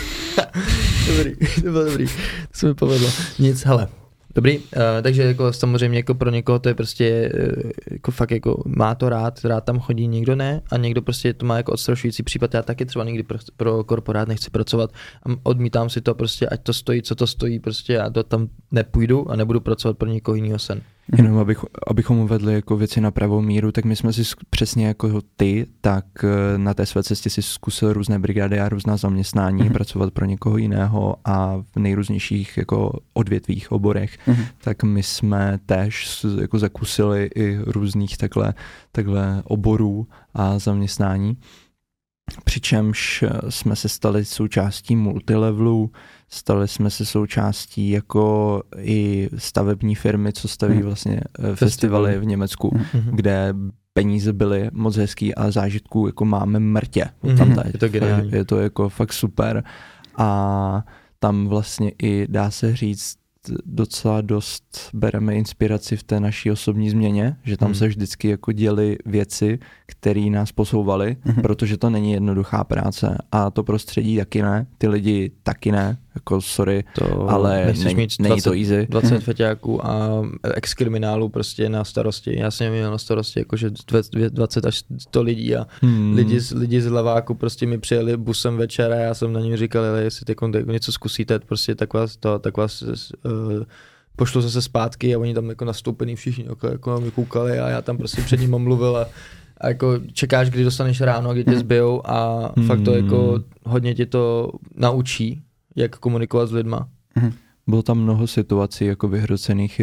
to bylo dobrý, to se mi povedlo. Nic, hele. Dobrý, takže jako samozřejmě jako pro někoho to je prostě jako fakt jako má to rád tam chodí, někdo ne a někdo prostě to má jako odstrašující případ. Já taky třeba někdy pro korporát nechci pracovat a odmítám si to prostě, ať to stojí, co to stojí, prostě já to tam nepůjdu a nebudu pracovat pro někoho jiného sen. Jenom abychom uvedli jako věci na pravou míru, tak my jsme si přesně jako ty, tak na té své cestě si zkusil různé brigády a různá zaměstnání, pracovat pro někoho jiného a v nejrůznějších jako odvětvích, oborech, tak my jsme též jako zakusili i různých takhle oborů a zaměstnání. Přičemž jsme se stali součástí multilevelu, stali jsme se součástí jako i stavební firmy, co staví vlastně festivaly v Německu, kde peníze byly moc hezký a zážitků jako máme mrtě. Je to geniální. Je to jako fakt super a tam vlastně i dá se říct docela dost bereme inspiraci v té naší osobní změně, že tam se vždycky jako děly věci, které nás posouvaly, protože to není jednoduchá práce a to prostředí taky ne, ty lidi taky ne, jako sorry, ale není to easy. 20 feťáků a ex-kriminálů prostě na starosti. Já jsem měl na starosti jakože 20 až 100 lidí a lidi z Leváku prostě mi přijeli busem večer a já jsem na něm říkal, jestli něco zkusíte, prostě tak vás pošlu zase zpátky a oni tam jako nastoupený všichni jako na mě koukali a já tam prostě před nimi mluvil a jako čekáš, kdy dostaneš ráno, kdy tě zbijou a fakt to jako hodně tě to naučí, jak komunikovat s lidma. Bylo tam mnoho situací jako vyhrocených,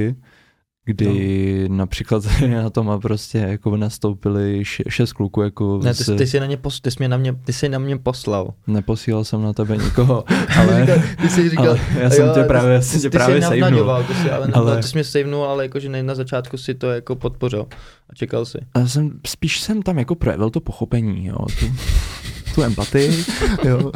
kdy například na tom a prostě jako nastoupili 6 kluků jako... Ne, ty jsi na mě poslal. Neposílal jsem na tebe nikoho, ale... Ty jsi říkal... Ale já jsem tě právě savenul. Ty jsi mě savenul, ale jakože na začátku si to jako podpořil a čekal si. A spíš jsem tam jako projevil to pochopení, jo, tu empatii, jo.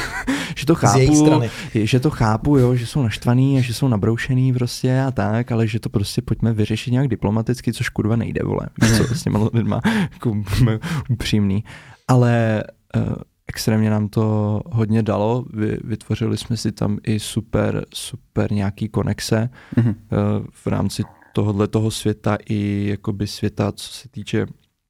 Že to chápu, jo, že jsou naštvaný a že jsou nabroušený prostě a tak, ale že to prostě pojďme vyřešit nějak diplomaticky, což kurva nejde, vole. Co s těma lidma jako upřímný. Ale extrémně nám to hodně dalo, vytvořili jsme si tam i super nějaký konexe v rámci toho světa i jakoby světa, co se týče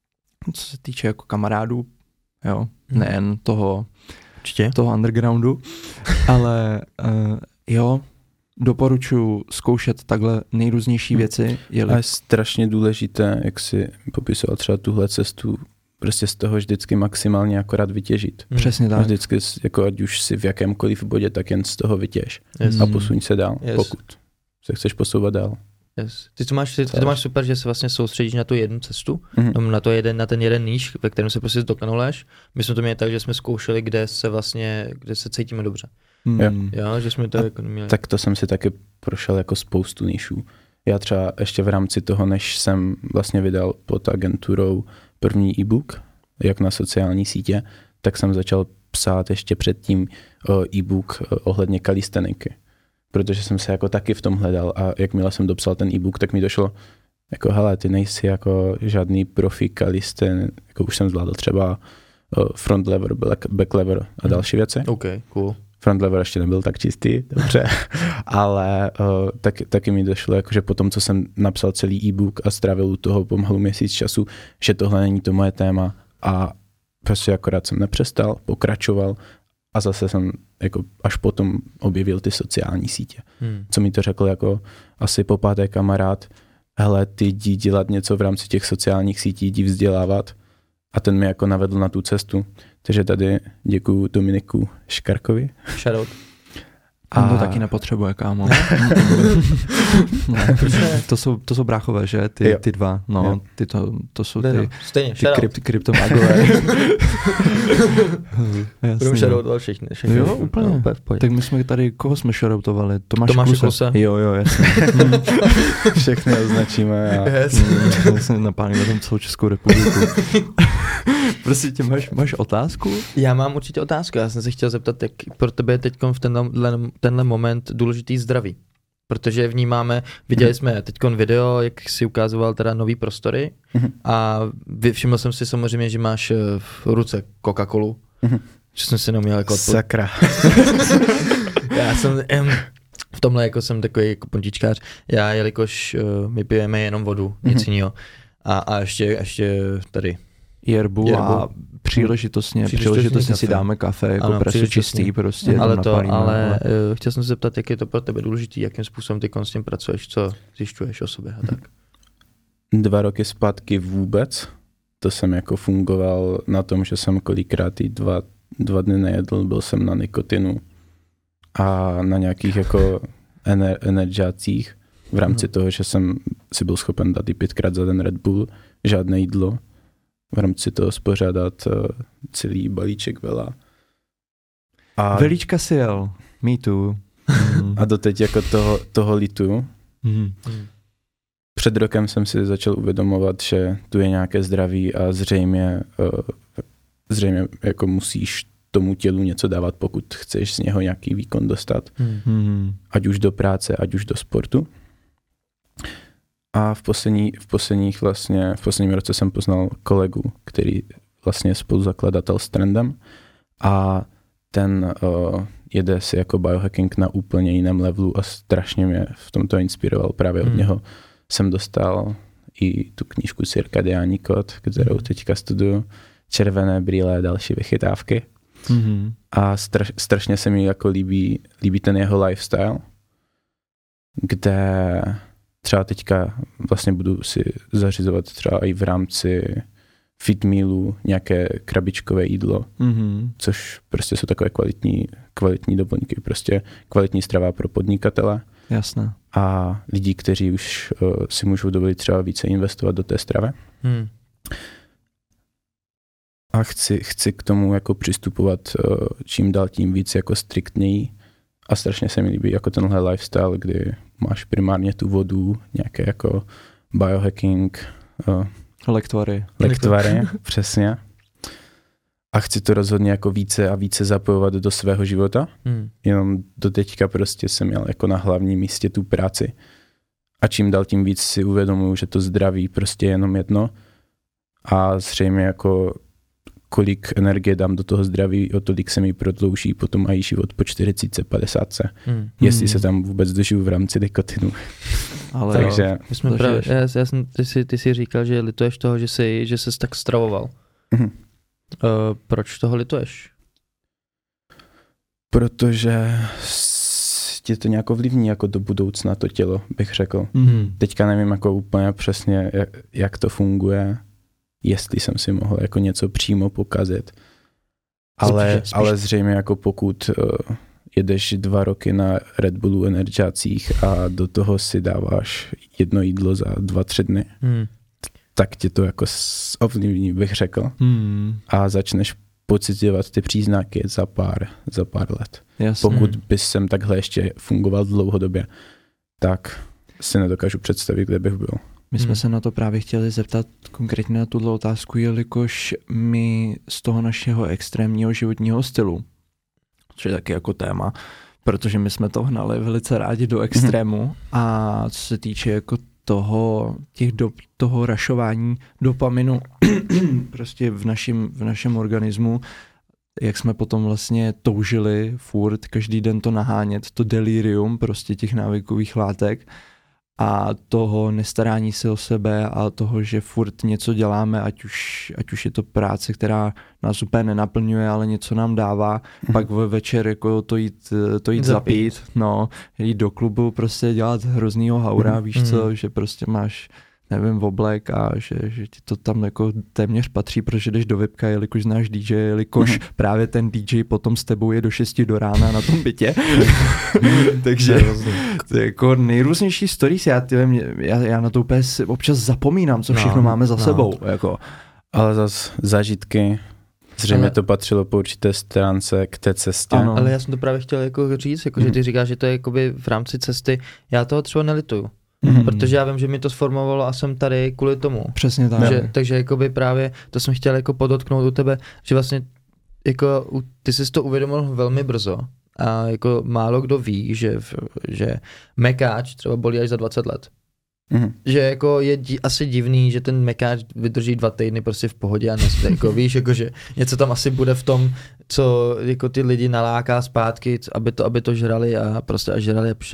co se týče jako kamarádů, jo, nejen toho undergroundu, ale jo, doporučuji zkoušet takhle nejrůznější věci. A je strašně důležité, jak si popisoval třeba tuhle cestu, prostě z toho vždycky maximálně akorát vytěžit. Přesně tak. A vždycky, jako ať už si v jakémkoliv bodě, tak jen z toho vytěž. A posuň se dál, pokud se chceš posouvat dál. Yes. Ty to máš super, že se vlastně soustředíš na tu jednu cestu, na ten jeden níž, ve kterém se prostě zdokonaluješ. My jsme to měli tak, že jsme zkoušeli, kde se cítíme dobře. Jo, že jsme to jako neměli. Tak to jsem si taky prošel jako spoustu níšů. Já třeba ještě v rámci toho, než jsem vlastně vydal pod agenturou první e-book, jak na sociální sítě, tak jsem začal psát ještě předtím e-book ohledně kalisteniky. Protože jsem se jako taky v tom hledal a jakmile jsem dopsal ten e-book, tak mi došlo, jako hele, ty nejsi jako žádný profi kalisten, jako už jsem zvládl třeba front lever, back lever a další věci. OK, cool. Front lever ještě nebyl tak čistý, dobře, ale taky mi došlo, jakože po tom, co jsem napsal celý e-book a strávil u toho pomalu měsíc času, že tohle není to moje téma a prostě akorát jsem nepřestal, pokračoval a zase jsem jako až potom objevil ty sociální sítě. Co mi to řekl jako asi po páté kamarád, hele, ty jdi dělat něco v rámci těch sociálních sítí, jdi vzdělávat a ten mi jako navedl na tu cestu. Takže tady děkuju Dominiku Škarkovi. Shoutout. On to taky nepotřebuje, kámo. To jsou bráchové, že? Ty dva. No, to jsou ty kryptomagové. Budeme shoutoutovat všechny. Jo, úplně. Tak my jsme tady, koho jsme shoutoutovali? Tomáše Kluse. Jo, jasně. Všechny označíme. Jasně, napálíme tam celou Českou republiku. Prostě máš otázku? Já mám určitě otázku. Já jsem se chtěl zeptat, jak pro tebe je teď v tenhle moment důležitý zdraví. Protože vnímáme, viděli jsme teď video, jak si ukázoval teda nový prostory a všiml jsem si samozřejmě, že máš v ruce Coca-Colu. Že jsem si neuměl jako Sakra. Já jsem v tomhle jako jsem takový jako pontičkář. Já, jelikož my pijeme jenom vodu, nic jiného. A ještě tady Jerbu a příležitostně si dáme kafe, jako prostě čistý prostě. Ale chtěl jsem se zeptat, jak je to pro tebe důležitý, jakým způsobem ty s tím pracuješ, co zjišťuješ o sobě a tak. 2 roky zpátky vůbec, to jsem jako fungoval na tom, že jsem kolikrát i 2 dny nejedl, byl jsem na nikotinu a na nějakých jako energiácích v rámci toho, že jsem si byl schopen dát i 5krát za den Red Bull, žádné jídlo. V rámci toho spořádat celý balíček vela. Velíčka si jel, me too. A doteď jako toho litu. Před rokem jsem si začal uvědomovat, že tu je nějaké zdraví a zřejmě jako musíš tomu tělu něco dávat, pokud chceš z něho nějaký výkon dostat. Ať už do práce, ať už do sportu. A v posledním roce jsem poznal kolegu, který vlastně je spoluzakladatel s Trendem a ten jede si jako biohacking na úplně jiném levelu a strašně mě v tomto inspiroval. Právě od něho jsem dostal i tu knížku Cirkadiální kód, kterou teďka studuju, červené brýle a další vychytávky. A strašně se mi jako líbí ten jeho lifestyle, kde třeba teďka vlastně budu si zařizovat třeba i v rámci fit mealu nějaké krabičkové jídlo, což prostě jsou takové kvalitní doplňky, prostě kvalitní strava pro podnikatele. Jasné. A lidi, kteří už si můžou dovolit třeba více investovat do té stravy. A chci k tomu jako přistupovat čím dál tím víc jako striktněji. A strašně se mi líbí jako tenhle lifestyle, kdy máš primárně tu vodu, nějaké jako biohacking. Lektvary, přesně. A chci to rozhodně jako více a více zapojovat do svého života. Jenom doteďka prostě jsem měl jako na hlavním místě tu práci. A čím dál tím víc si uvědomuji, že to zdraví prostě je jenom jedno. A zřejmě jako kolik energie dám do toho zdraví, o tolik se mi prodlouží potom i život po 40, 50. Jestli se tam vůbec dožiju v rámci nikotinu. Ale takže... My jsme právě, ty jsi říkal, že lituješ toho, že jsi tak stravoval. Proč toho lituješ? Protože tě to nějak ovlivní jako do budoucna to tělo, bych řekl. Teďka nevím jako úplně přesně, jak to jestli jsem si mohl jako něco přímo pokazit. Ale zřejmě jako pokud jedeš 2 roky na Red Bullu energiácích a do toho si dáváš jedno jídlo za 2-3 dny, tak tě to jako ovlivní, bych řekl. A začneš pocitovat ty příznaky za pár let. Jasně. Pokud bys sem takhle ještě fungoval dlouhodobě, tak si nedokážu představit, kde bych byl. My jsme se na to právě chtěli zeptat konkrétně na tuto otázku, jelikož my z toho našeho extrémního životního stylu, což je taky jako téma, protože my jsme to hnali velice rádi do extrému a co se týče jako toho rašování dopaminu prostě v našem organismu, jak jsme potom vlastně toužili furt každý den to nahánět, to delirium prostě těch návykových látek a toho nestarání se o sebe a toho, že furt něco děláme, ať už je to práce, která nás úplně nenaplňuje, ale něco nám dává, pak večer jako to jít zapít, no, jít do klubu, prostě dělat hroznýho haura, víš co, že prostě máš nevím, oblek a že ti to tam jako téměř patří, protože jdeš do VIPka, jelikož znáš DJ, jelikož právě ten DJ potom s tebou je do 6 do rána na tom bytě. Takže to je jako nejrůznější stories, já na to úplně občas zapomínám, co všechno máme za sebou. Jako. Ale zase zážitky, zřejmě to patřilo po určité stránce k té cestě. Ano. Ale já jsem to právě chtěl jako říct, jako, že ty říkáš, že to je jakoby v rámci cesty, já toho třeba nelituju. Protože já vím, že mi to sformovalo a jsem tady kvůli tomu. Přesně tak. Takže jakoby právě to jsem chtěl jako podotknout u tebe, že vlastně jako ty jsi to uvědomil velmi brzo a jako málo kdo ví, že mekáč třeba bolí až za 20 let. Že jako je asi divný, že ten mekáč vydrží 2 týdny prostě v pohodě a jako víš, jako že něco tam asi bude v tom, co jako ty lidi naláká zpátky, aby to žrali a prostě a žrali a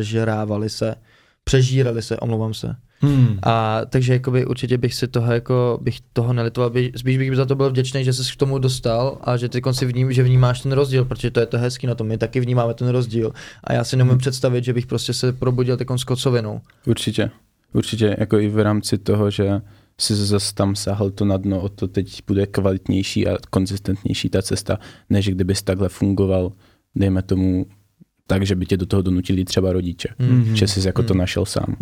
přežírali se, omlouvám se. A takže jakoby určitě bych toho nelitoval, spíš bych za to byl vděčný, že jsi k tomu dostal a že teď si že vnímáš ten rozdíl, protože to je to hezký na tom, my taky vnímáme ten rozdíl a já si nemůžu představit, že bych prostě se probudil takovou s kocovinou. Určitě, jako i v rámci toho, že si zase tam sáhl to na dno, o to teď bude kvalitnější a konzistentnější ta cesta, než kdybys takhle fungoval, dejme tomu, tak, že by tě do toho donutili třeba rodiče, že jsi jako to našel sám.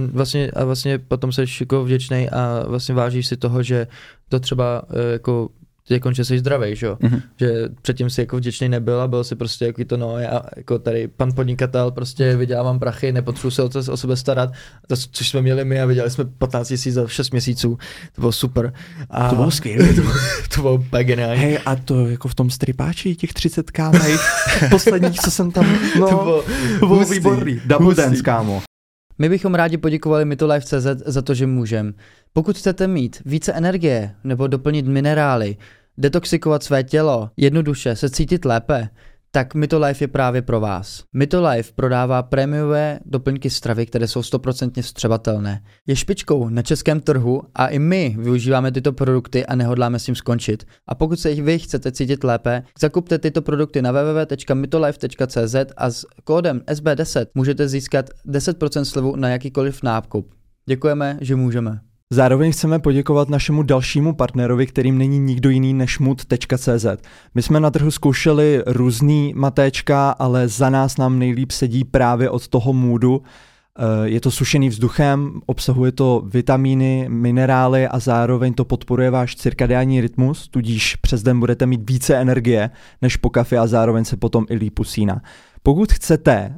A vlastně potom seš jako vděčnej a vlastně vážíš si toho, že to třeba jako že jsi zdravej, že jo? Že předtím si jako vděčný nebyl a byl si prostě já jako tady pan podnikatel, prostě vydělávám prachy, nepotřebuji se o sebe starat, což jsme měli my a vydělali jsme 15 000 za 6 měsíců, to bylo super. A to bylo skvělé. To bylo úplně geniální. Hej, a to jako v tom stripáči, těch 30k posledních, co jsem tam, to bylo výborný. Double dance, kámo. My bychom rádi poděkovali Mytolife.cz za to, že můžeme. Pokud chcete mít více energie nebo doplnit minerály, detoxikovat své tělo, jednoduše se cítit lépe, tak Mytolife je právě pro vás. Mytolife prodává prémiové doplňky stravy, které jsou 100% vstřebatelné. Je špičkou na českém trhu a i my využíváme tyto produkty a nehodláme s tím skončit. A pokud se vy chcete cítit lépe, zakupte tyto produkty na www.mytolife.cz a s kódem SB10 můžete získat 10% slevu na jakýkoliv nákup. Děkujeme, že můžeme. Zároveň chceme poděkovat našemu dalšímu partnerovi, kterým není nikdo jiný než mood.cz. My jsme na trhu zkoušeli různý matéčka, ale za nám nejlíp sedí právě od toho Moodu. Je to sušený vzduchem, obsahuje to vitamíny, minerály a zároveň to podporuje váš cirkadiální rytmus, tudíž přes den budete mít více energie než po kafi a zároveň se potom i líp usíná. Pokud chcete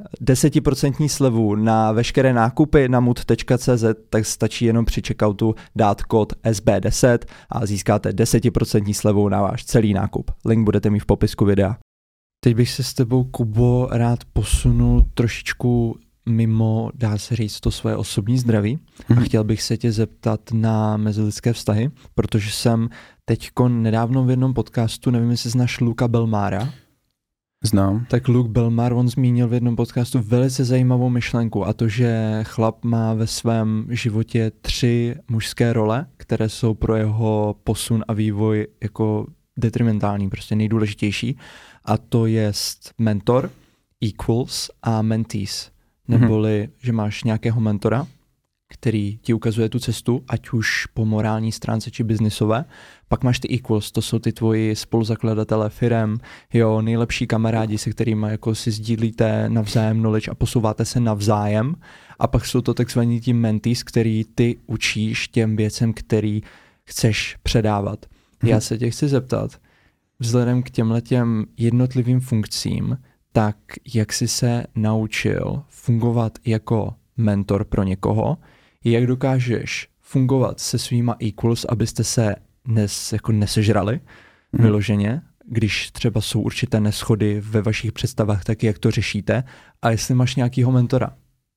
10% slevu na veškeré nákupy na mood.cz, tak stačí jenom při checkoutu dát kód SB10 a získáte 10% slevu na váš celý nákup. Link budete mít v popisku videa. Teď bych se s tebou, Kubo, rád posunul trošičku mimo, dá se říct, to své osobní zdraví a chtěl bych se tě zeptat na mezilidské vztahy, protože jsem teďko nedávno v jednom podcastu, nevím, jestli znáš Luca Belmára. Znám. Tak Luke Belmar, on zmínil v jednom podcastu velice zajímavou myšlenku a to, že chlap má ve svém životě 3 mužské role, které jsou pro jeho posun a vývoj jako detrimentální, prostě nejdůležitější. A to je mentor, equals a mentees. Neboli, že máš nějakého mentora, který ti ukazuje tu cestu, ať už po morální stránce či biznisové. Pak máš ty equals, to jsou ty tvoji spoluzakladatelé firem, jo, nejlepší kamarádi, se kterými jako si sdílíte navzájem knowledge a posouváte se navzájem. A pak jsou to takzvaní ti mentees, který ty učíš těm věcem, který chceš předávat. Já se tě chci zeptat, vzhledem k těmhletěm jednotlivým funkcím, tak jak jsi se naučil fungovat jako mentor pro někoho, jak dokážeš fungovat se svýma equals, abyste se nesežrali vyloženě, když třeba jsou určité neschody ve vašich představách, tak jak to řešíte, a jestli máš nějakýho mentora.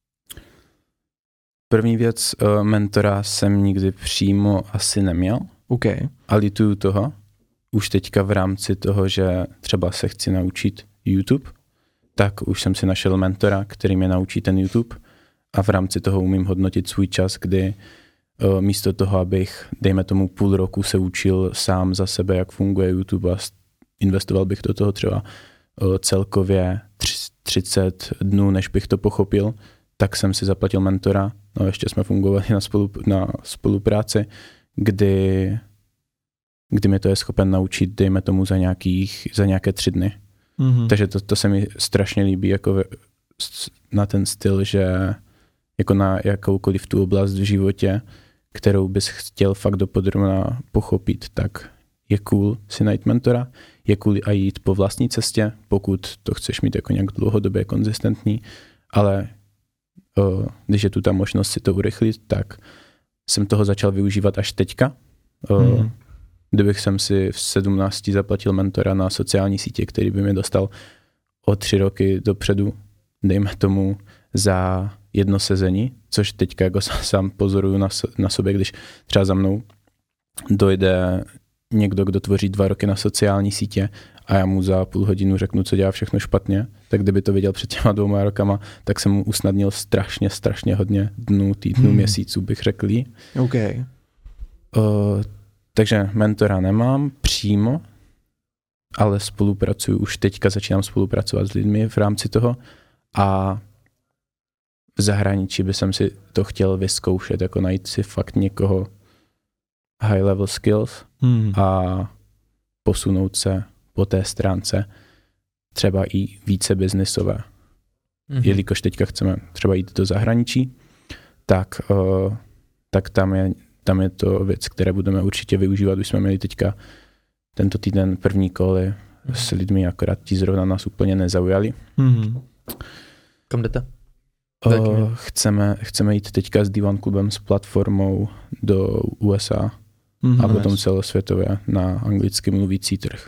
První věc, mentora jsem nikdy přímo asi neměl. Okay. A lituju toho. Už teďka v rámci toho, že třeba se chci naučit YouTube, tak už jsem si našel mentora, který mě naučí ten YouTube a v rámci toho umím hodnotit svůj čas, kdy místo toho, abych, dejme tomu 0,5 roku se učil sám za sebe, jak funguje YouTube a investoval bych do toho třeba celkově 30 dnů, než bych to pochopil, tak jsem si zaplatil mentora. No ještě jsme fungovali na spolupráci, kdy mě to je schopen naučit, dejme tomu za nějaké 3 dny. Mm-hmm. Takže to se mi strašně líbí jako na ten styl, že jako na jakoukoliv tu oblast v životě, kterou bys chtěl fakt dopodrobna pochopit, tak je cool si najít mentora, je cool a jít po vlastní cestě, pokud to chceš mít jako nějak dlouhodobě konzistentní, ale když je tu ta možnost si to urychlit, tak jsem toho začal využívat až teďka. Kdybych jsem si v 17 zaplatil mentora na sociální sítě, který by mě dostal o 3 roky dopředu, dejme tomu za 1 sezení, což teďka jako sám pozoruju na sobě, když třeba za mnou dojde někdo, kdo tvoří 2 roky na sociální sítě a já mu za půl hodinu řeknu, co dělá všechno špatně, tak kdyby to viděl před těma 2 rokama, tak jsem mu usnadnil strašně hodně dnů, týdnů, měsíců, bych řekl. Okay. Takže mentora nemám přímo, ale spolupracuju, už teďka začínám spolupracovat s lidmi v rámci toho a v zahraničí by jsem si to chtěl vyzkoušet, jako najít si fakt někoho high level skills a posunout se po té stránce třeba i více biznisové. Jelikož teďka chceme třeba jít do zahraničí, tak tam je to věc, které budeme určitě využívat. Už jsme měli teďka tento týden první koly s lidmi, akorát ti zrovna nás úplně nezaujali. Kam jdete? Chceme jít teďka s D1 klubem s platformou do USA a potom celosvětově na anglicky mluvící trh.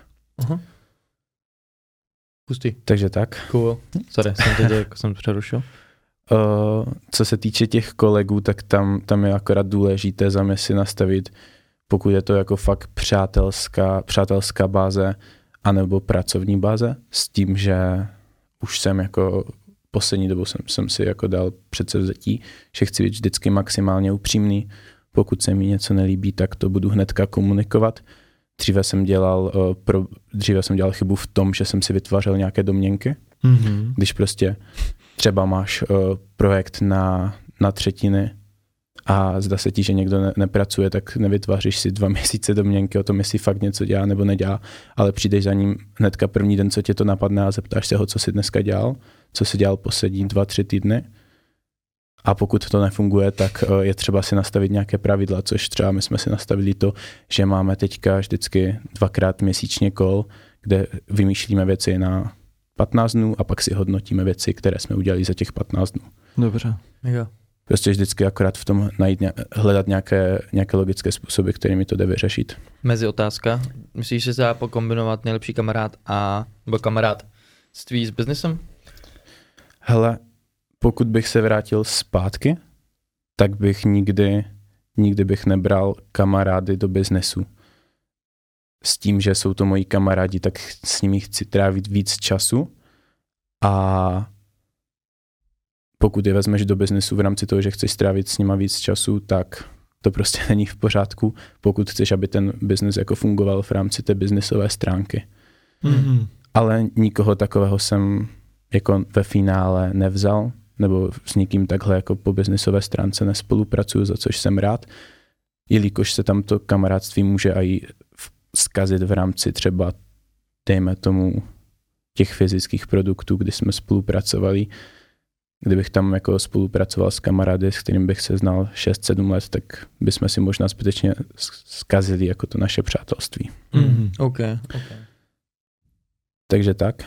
Pustý. Takže tak. Cool. Sorry, jsem přerušil. Co se týče těch kolegů, tak tam je akorát důležité za mě si nastavit, pokud je to jako fakt přátelská báze anebo pracovní báze, s tím, že už jsem jako poslední dobou jsem si jako dal předsevzetí, že chci být vždycky maximálně upřímný. Pokud se mi něco nelíbí, tak to budu hnedka komunikovat. Dříve jsem dělal chybu v tom, že jsem si vytvářel nějaké domněnky. Když prostě třeba máš projekt na 3 a zdá se ti, že někdo nepracuje, tak nevytváříš si 2 měsíce domněnky o tom, jestli fakt něco dělá nebo nedělá, ale přijdeš za ním hnedka první den, co tě to napadne a zeptáš se ho, co jsi dneska dělal, co jsi dělal poslední 2-3 týdny. A pokud to nefunguje, tak je třeba si nastavit nějaké pravidla, což třeba my jsme si nastavili to, že máme teďka vždycky 2krát měsíčně call, kde vymýšlíme věci na 15 dnů a pak si hodnotíme věci, které jsme udělali za těch 15 dnů. Dobře. Jo. Prostě vždycky akorát v tom hledat nějaké logické způsoby, kterými to jde vyřešit. Mezi otázka. Myslíš, že se dá pokombinovat nejlepší kamarádství s biznesem? Hele, pokud bych se vrátil zpátky, tak bych nikdy bych nebral kamarády do biznesu. s tím, že jsou to moji kamarádi, tak s nimi chci trávit víc času a pokud je vezmeš do biznesu v rámci toho, že chceš strávit s nima víc času, tak to prostě není v pořádku, pokud chceš, aby ten biznes jako fungoval v rámci té biznesové stránky. Mm-hmm. Ale nikoho takového jsem jako ve finále nevzal, nebo s nikým takhle jako po biznesové stránce nespolupracuju, za což jsem rád, jelikož se tam to kamarádství může i zkazit v rámci třeba, dejme tomu, těch fyzických produktů, kdy jsme spolupracovali. Kdybych tam jako spolupracoval s kamarády, s kterým bych se znal 6-7 let, tak bychom si možná zbytečně zkazili jako to naše přátelství. Mm-hmm. Okay. Takže tak.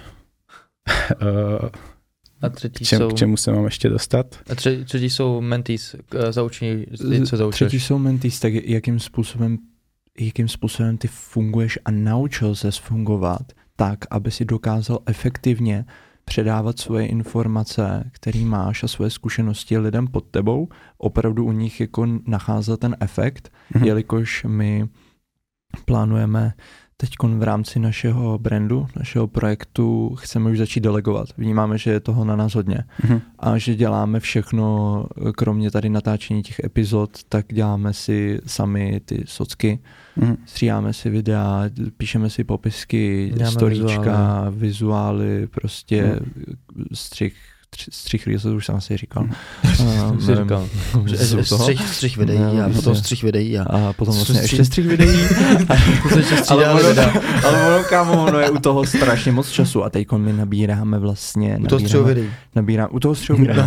A třetí k čemu se mám ještě dostat? A třetí jsou mentees, zaučení, co zaučíš? Třetí jsou mentees, tak jakým způsobem ty funguješ a naučil ses fungovat tak, aby si dokázal efektivně předávat svoje informace, který máš a svoje zkušenosti lidem pod tebou, opravdu u nich jako nacházet ten efekt, jelikož my plánujeme teď v rámci našeho brandu, našeho projektu, chceme už začít delegovat. Vnímáme, že je toho na nás hodně a že děláme všechno, kromě tady natáčení těch epizod, tak děláme si sami ty socky, stříháme si videa, píšeme si popisky, storíčka, vizuály, prostě střih reels, už jsem asi říkal. Střih videí a potom střih videí a potom vlastně ještě střih videí. Ale ono, kámo, ono je u toho strašně moc času a teď my nabíráme vlastně... U toho střihu videí. U toho střihu videí.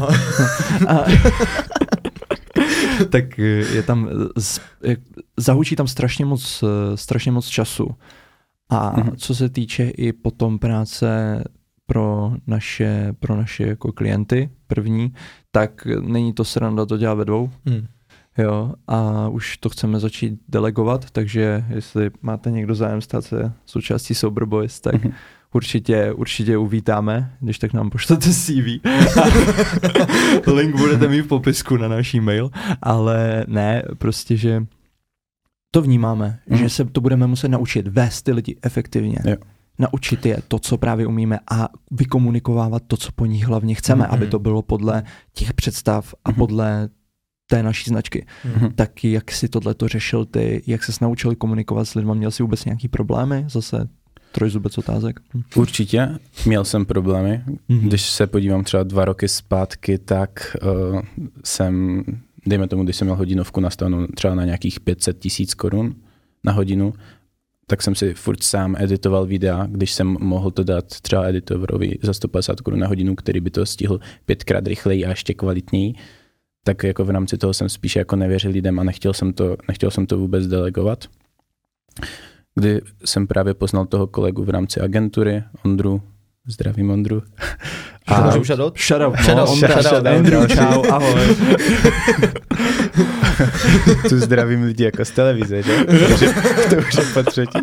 Tak je tam, zahučí tam strašně moc času. A co se týče i potom práce pro naše jako klienty první, tak není to sranda to dělat ve dvou. Jo, a už to chceme začít delegovat, takže jestli máte někdo zájem stát se součástí Sober Boys, tak určitě uvítáme, když tak nám pošlete CV. Link budete mít v popisku na náš e-mail, ale ne, prostě, že to vnímáme, že se to budeme muset naučit vést ty lidi efektivně. Jo. Naučit je to, co právě umíme a vykomunikovávat to, co po nich hlavně chceme, aby to bylo podle těch představ a podle té naší značky. Tak jak si tohleto řešil ty, jak ses naučil komunikovat s lidmi, měl jsi vůbec nějaký problémy? Zase trojzubec otázek. Určitě, měl jsem problémy. Když se podívám třeba 2 roky zpátky, tak jsem, dejme tomu, když jsem měl hodinovku nastavenou třeba na nějakých 500 000 korun na hodinu, tak jsem si furt sám editoval videa, když jsem mohl to dát třeba editorovi za 150 korun na hodinu, který by to stihl 5krát rychleji a ještě kvalitněji, tak jako v rámci toho jsem spíš jako nevěřil lidem a nechtěl jsem to vůbec delegovat. Kdy jsem právě poznal toho kolegu v rámci agentury, Ondru, zdravím Ondru. Shut up, Andrew, čau, ahoj. Tu zdravím lidi jako z televize, že? To už je po třetí.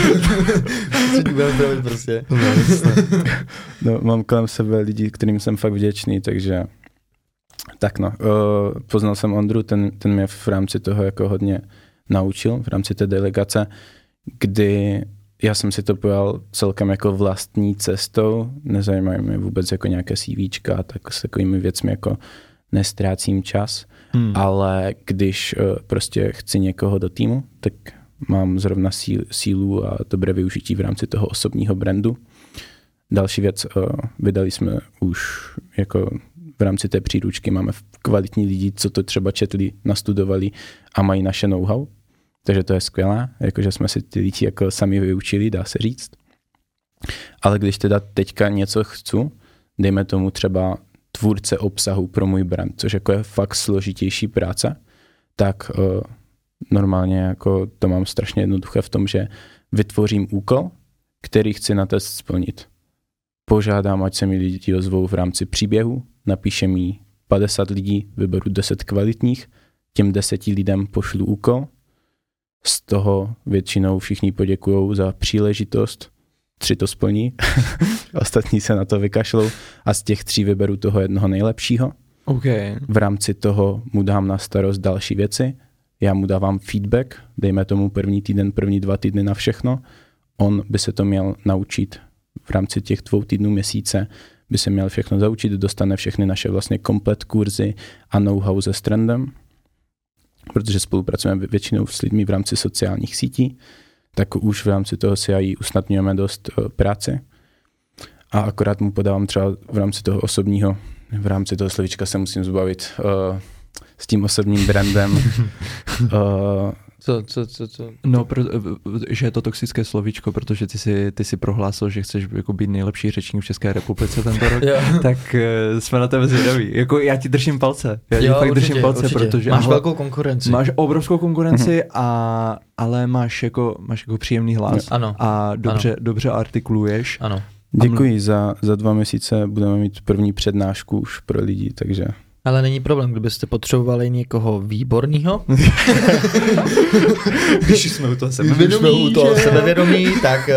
Prostě. No, mám kolem sebe lidi, kterým jsem fakt vděčný, takže tak no. Poznal jsem Ondru, ten mě v rámci toho jako hodně naučil, v rámci té delegace, kdy já jsem si to pojal celkem jako vlastní cestou, nezajímají mě vůbec jako nějaké CVčka, tak s takovými věcmi jako nestrácím čas, ale když prostě chci někoho do týmu, tak mám zrovna sílu a dobré využití v rámci toho osobního brandu. Další věc, vydali jsme už jako v rámci té příručky, máme kvalitní lidi, co to třeba četli, nastudovali a mají naše know-how. Takže to je skvělé, jakože jsme si ty lidi jako sami vyučili, dá se říct. Ale když teda teďka něco chci, dejme tomu třeba tvůrce obsahu pro můj brand, což jako je fakt složitější práce, tak normálně jako to mám strašně jednoduché v tom, že vytvořím úkol, který chci na test splnit. Požádám, ať se mi lidi ozvou v rámci příběhu, napíšem jí 50 lidí, vyberu 10 kvalitních, těm 10 lidem pošlu úkol, z toho většinou všichni poděkujou za příležitost, 3 to splní, ostatní se na to vykašlou a z těch 3 vyberu toho jednoho nejlepšího. Okay. V rámci toho mu dám na starost další věci, já mu dávám feedback, dejme tomu první týden, první 2 týdny na všechno, on by se to měl naučit v rámci těch 2 týdnů, měsíce, by se měl všechno zaučit, dostane všechny naše vlastně komplet kurzy a know-how se Strandem, protože spolupracujeme většinou s lidmi v rámci sociálních sítí, tak už v rámci toho CI usnadňujeme dost práce. A akorát mu podávám třeba v rámci toho osobního, v rámci toho slovíčka se musím zbavit s tím osobním brandem. Co? No, že je to toxické slovíčko, protože ty si prohlásil, že chceš jako být nejlepší řečník v České republice tento rok, tak jsme na tebe zvědaví. Jako já ti držím palce. Držím palce, určitě. Protože máš velkou konkurenci. Máš obrovskou konkurenci, ale máš jako příjemný hlas a dobře artikuluješ. Ano. Děkuji, za 2 měsíce budeme mít první přednášku už pro lidi, takže... Ale není problém, kdybyste potřebovali někoho výborného. Když jsme u toho sebevědomí, tak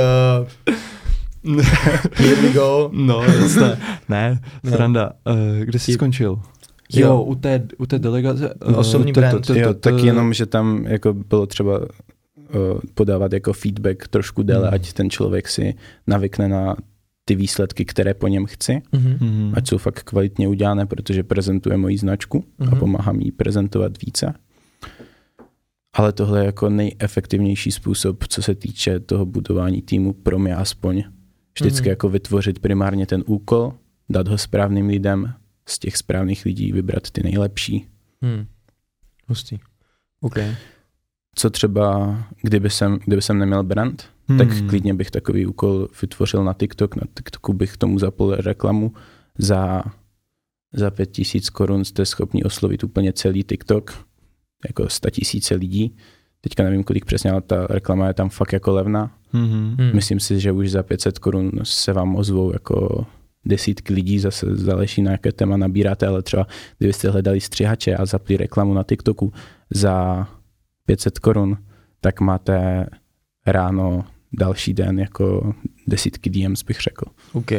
here we go. No, jasné. Ne, Stranda, kde jsi skončil? Jo, u té delegace. Osobní brand. Jo, tak jenom, že tam jako bylo třeba podávat jako feedback trošku déle, ať ten člověk si navykne na ty výsledky, které po něm chci, ať jsou fakt kvalitně udělané, protože prezentuje moji značku a pomáhám jí prezentovat více. Ale tohle je jako nejefektivnější způsob, co se týče toho budování týmu, pro mě aspoň. Vždycky jako vytvořit primárně ten úkol, dát ho správným lidem, z těch správných lidí vybrat ty nejlepší. Hustý. Okay. Co třeba, kdyby jsem neměl brand, tak klidně bych takový úkol vytvořil na TikTok. Na TikToku bych tomu zapol reklamu. Za 5 000 korun jste schopni oslovit úplně celý TikTok, jako 100 000 lidí. Teďka nevím, kolik přesně, ale ta reklama je tam fakt jako levná. Myslím si, že už za 500 korun se vám ozvou jako desítky lidí, zase záleží na jaké téma nabíráte, ale třeba kdybyste hledali střihače a zapli reklamu na TikToku za 500 korun, tak máte ráno další den jako desítky DMs, bych řekl. OK.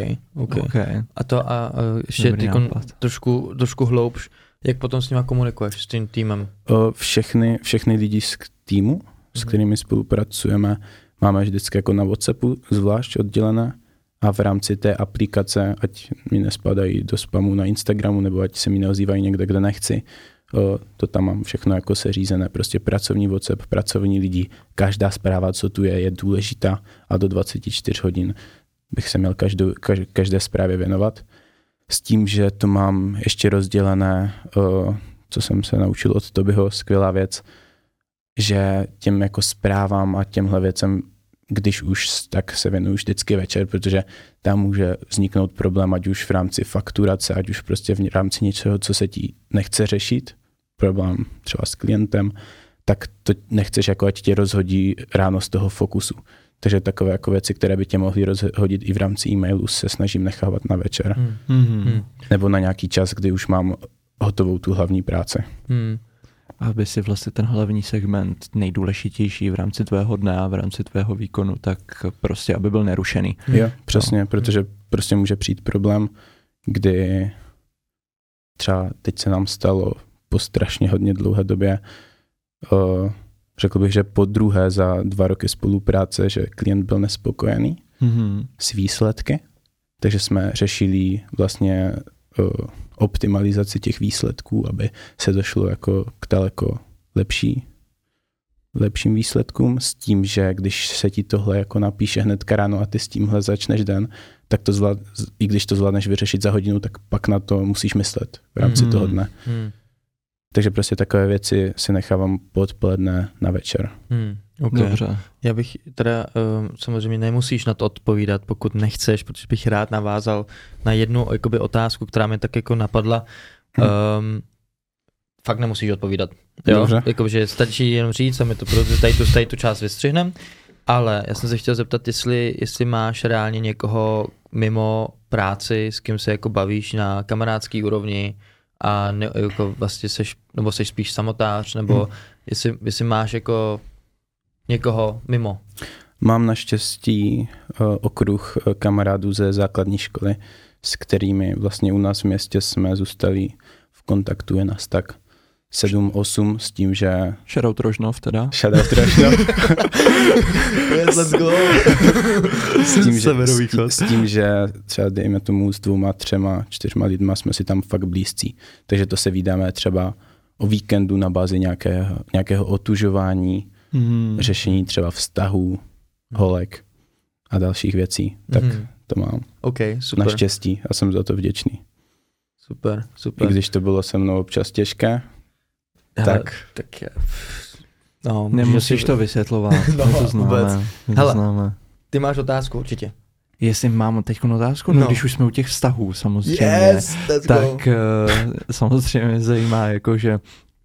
A ještě trošku hloubš, jak potom s nima komunikuješ, s tím týmem? Všechny lidi z týmu, s kterými spolupracujeme, máme vždycky jako na WhatsAppu zvlášť oddělené a v rámci té aplikace, ať mi nespadají do spamu na Instagramu, nebo ať se mi neozývají někde, kde nechci, to tam mám všechno jako seřízené, prostě pracovní WhatsApp, pracovní lidi, každá zpráva, co tu je důležitá a do 24 hodin bych se měl každé zprávě věnovat. S tím, že to mám ještě rozdělené, co jsem se naučil od Tobyho, skvělá věc, že těm jako zprávám a těmhle věcem, když už, tak se věnuju vždycky večer, protože tam může vzniknout problém, ať už v rámci fakturace, ať už prostě v rámci něčeho, co se ti nechce řešit, problém třeba s klientem, tak to nechceš, jako ať tě rozhodí ráno z toho fokusu. Takže takové jako věci, které by tě mohly rozhodit i v rámci e-mailu, se snažím nechávat na večer. Nebo na nějaký čas, kdy už mám hotovou tu hlavní práci. Aby si vlastně ten hlavní segment nejdůležitější v rámci tvého dne a v rámci tvého výkonu, tak prostě, aby byl nerušený. Jo, přesně, protože prostě může přijít problém, kdy třeba teď se nám stalo po strašně hodně dlouhé době, řekl bych, že po druhé za 2 roky spolupráce, že klient byl nespokojený s výsledky, takže jsme řešili vlastně optimalizaci těch výsledků, aby se došlo jako k daleko lepším výsledkům, s tím, že když se ti tohle jako napíše hnedka ráno a ty s tímhle začneš den, tak to i když to zvládneš vyřešit za hodinu, tak pak na to musíš myslet v rámci toho dne. Takže prostě takové věci si nechávám odpoledne na večer. Okay. Dobře. Já bych teda samozřejmě nemusíš na to odpovídat, pokud nechceš, protože bych rád navázal na jednu jakoby otázku, která mě tak jako napadla. Fakt nemusíš odpovídat. Jo? Jakože stačí jenom říct a my to tady tu část vystřihnem, ale já jsem se chtěl zeptat, jestli máš reálně někoho mimo práci, s kým se jako bavíš na kamarádský úrovni, a ne, jako vlastně seš spíš samotář, nebo jestli máš jako někoho mimo. Mám naštěstí okruh kamarádů ze základní školy, s kterými vlastně u nás v městě jsme zůstali v kontaktu, je nás tak 7-8 s tím, že... Shoutout Rožnov teda. Shoutout Rožnov. Let's go. S tím, že třeba dejme tomu s 2, 3, 4 lidma jsme si tam fakt blízcí. Takže to se vídáme třeba o víkendu na bázi nějakého otužování, řešení třeba vztahů, holek a dalších věcí. Tak to mám. OK, super. Naštěstí a jsem za to vděčný. Super. I když to bylo se mnou občas těžké, tak je. No, nemusíš to vysvětlovat. No, my to známe. Hele, ty máš otázku určitě. Jestli mám teď otázku, no, když už jsme u těch vztahů samozřejmě, yes, tak samozřejmě mě zajímá, jakože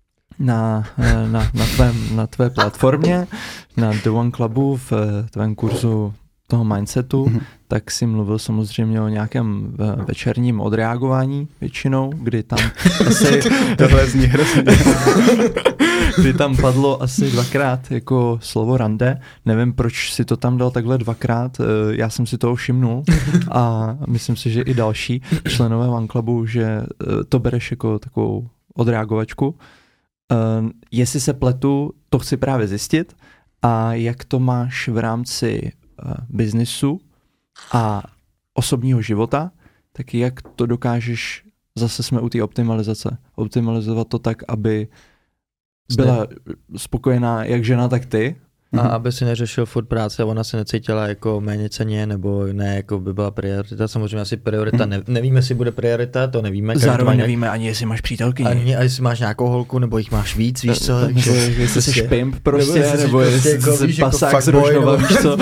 na tvé platformě, na The One Clubu, v tvém kurzu toho mindsetu, tak si mluvil samozřejmě o nějakém večerním odreagování většinou, kdy tam asi... Tohle zní hrozně. Kdy tam padlo asi 2krát jako slovo rande. Nevím, proč si to tam dal takhle 2krát. Já jsem si toho všimnul a myslím si, že i další členové One Clubu, že to bereš jako takovou odreagovačku. Jestli se pletu, to chci právě zjistit. A jak to máš v rámci biznisu a osobního života, tak jak to dokážeš, zase jsme u té optimalizace, optimalizovat to tak, aby byla spokojená jak žena, tak ty. A aby si neřešil furt práce, ona se necítila jako méněcenně, nebo ne, jako by byla priorita. Samozřejmě asi priorita, nevíme, jestli bude priorita, to nevíme. Zároveň nevíme ani, jestli máš přítelkyni. Ani jestli máš nějakou holku, nebo jich máš víc, víš co? Nebo jestli jsi pimp prostě, nebo jestli jsi pasák z Rožnova, víš co?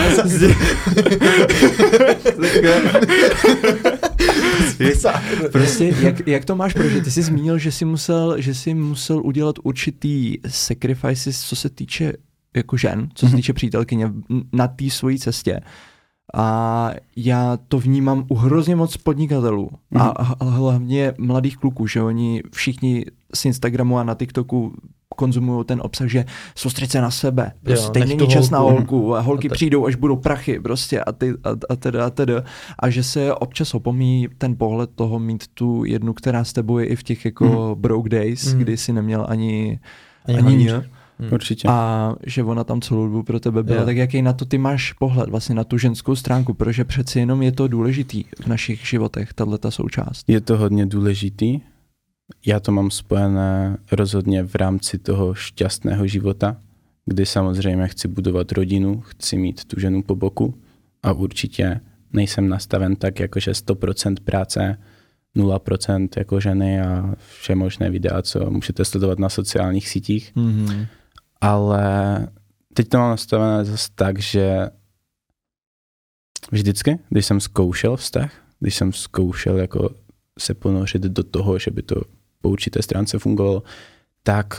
Prostě jak to máš, protože ty jsi zmínil, že jsi musel udělat určitý sacrifices, co se týče jako žen, co se týče přítelkyně na té svojí cestě. A já to vnímám u hrozně moc podnikatelů a hlavně mladých kluků, že oni všichni z Instagramu a na TikToku konzumují ten obsah, že soustřeď se na sebe. Prostě teď není čas na holku a holky přijdou, až budou prachy prostě a teda. A že se občas opomíjí ten pohled toho mít tu jednu, která s tebou je i v těch jako broke days, kdy jsi neměl ani Určitě. A že ona tam celou dobu pro tebe byla, tak jaký na to ty máš pohled vlastně na tu ženskou stránku, protože přeci jenom je to důležitý v našich životech, tato součást. Je to hodně důležitý. Já to mám spojené rozhodně v rámci toho šťastného života, kdy samozřejmě chci budovat rodinu, chci mít tu ženu po boku a určitě nejsem nastaven tak, jakože 100% práce, 0% jako ženy a vše možné videa, co můžete sledovat na sociálních sítích. Ale teď to mám nastavené zase tak, že vždycky, když jsem zkoušel vztah, když jsem zkoušel jako se ponořit do toho, že by to po určité stránce fungovalo, tak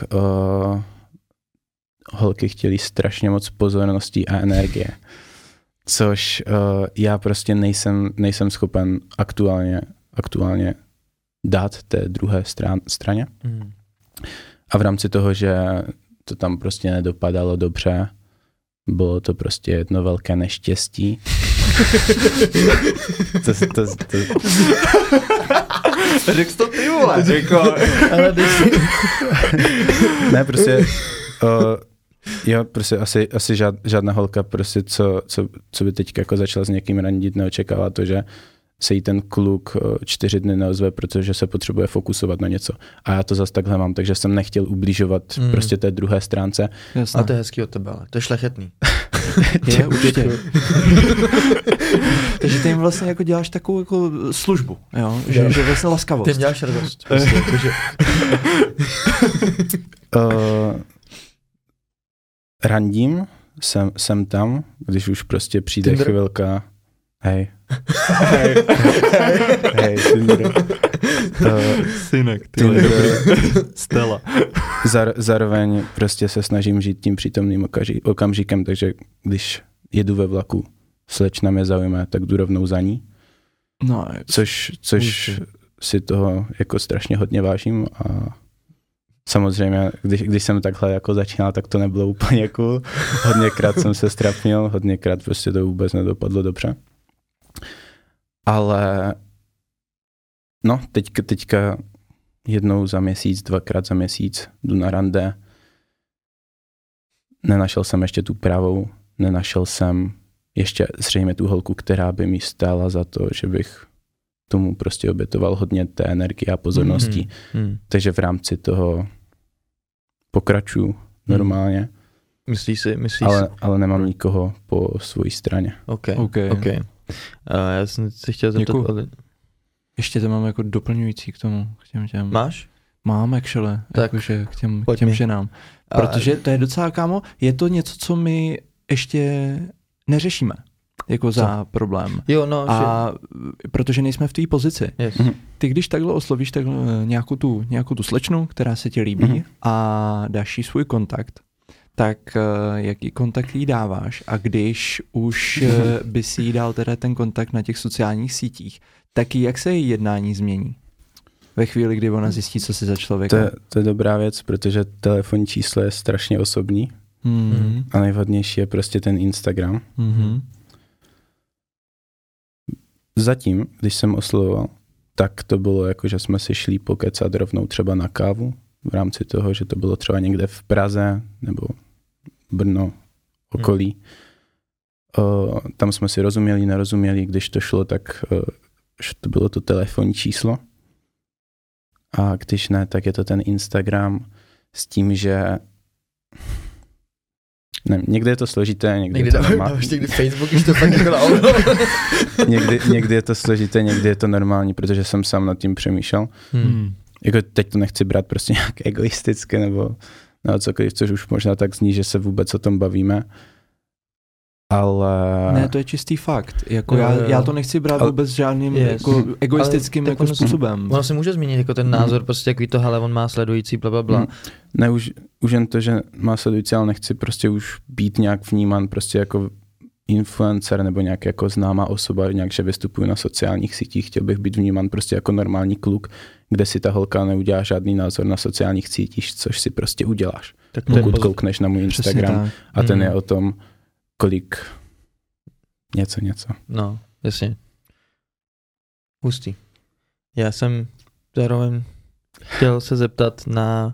holky chtěly strašně moc pozorností a energie. Což já prostě nejsem schopen aktuálně dát té druhé straně. A v rámci toho, že to tam prostě nedopadalo dobře, bylo to prostě jedno velké neštěstí. Řekl to ty vole, Ne, prostě jo, prostě asi žádná holka prostě, co by teď jako začala s někým randit, neočekává to, že se jí ten kluk 4 dny neozve, protože se potřebuje fokusovat na něco. A já to zase takhle mám, takže jsem nechtěl ubližovat prostě té druhé stránce. Jasné. A to je hezký od tebe, ale to je šlechetný. Je, určitě. Takže ty jim vlastně jako děláš takovou jako službu, jo? Že vlastně laskavost. Ty jim děláš radost. Randím, jsem tam, když už prostě přijde chvilka. Hej, Tinder. Synek, Stella. Zároveň prostě se snažím žít tím přítomným okamžikem, takže když jedu ve vlaku, slečna mě zaujme, tak jdu rovnou za ní. No, což si toho jako strašně hodně vážím a samozřejmě, když jsem takhle jako začínal, tak to nebylo úplně cool. Hodněkrát jsem se strapnil, hodněkrát prostě to vůbec nedopadlo dobře. Ale no, teďka jednou za měsíc, 2krát za měsíc jdu na rande. Nenašel jsem ještě tu pravou, nenašel jsem ještě zřejmě tu holku, která by mi stála za to, že bych tomu prostě obětoval hodně té energie a pozornosti. Takže v rámci toho pokračuju normálně. Myslíš si? Ale nemám nikoho po své straně. OK. Já jsem se chtěl zeptat. Ještě to mám jako doplňující k tomu. K těm. Máš? Mám actually, jakože k těm ženám. Protože to je docela, kámo, je to něco, co my ještě neřešíme. Jako za problém. Jo, no, protože nejsme v té pozici. Yes. Ty když takhle oslovíš nějakou tu slečnu, která se ti líbí a dáš jí svůj kontakt, tak jaký kontakt jí dáváš a když už by si jí dal teda ten kontakt na těch sociálních sítích, tak jak se její jednání změní? Ve chvíli, kdy ona zjistí, co jsi za člověka. To je dobrá věc, protože telefonní číslo je strašně osobní a nejvhodnější je prostě ten Instagram. Zatím, když jsem oslovoval, tak to bylo jako, že jsme si šli pokecat rovnou třeba na kávu v rámci toho, že to bylo třeba někde v Praze nebo Brno, okolí. Tam jsme si nerozuměli, když to šlo, tak to bylo to telefonní číslo. A když ne, tak je to ten Instagram s tím, že ne, někdy je to složité, někdy je to normální. Někdy Facebook, už to fakt jako někdy je to složité, někdy je to normální, protože jsem sám nad tím přemýšlel. Jako teď to nechci brát prostě nějak egoisticky nebo cokoliv, což už možná tak zní, že se vůbec o tom bavíme. Ale... Ne, to je čistý fakt. Jako já to nechci brát vůbec žádným jako egoistickým jako způsobem. Ono se může změnit jako ten názor, prostě jaký to, hele, on má sledující, blablabla. Ne, už jen to, že má sledující, ale nechci prostě už být nějak vnímán prostě jako influencer nebo nějak jako známá osoba, nějak, že vystupuju na sociálních sítích. Chtěl bych být vnímán prostě jako normální kluk, kde si ta holka neudělá žádný názor na sociálních sítích, což si prostě uděláš. Tak pokud koukneš na můj Instagram a ten je o tom, kolik něco. No, jasně. Hustý. Já jsem zároveň chtěl se zeptat na...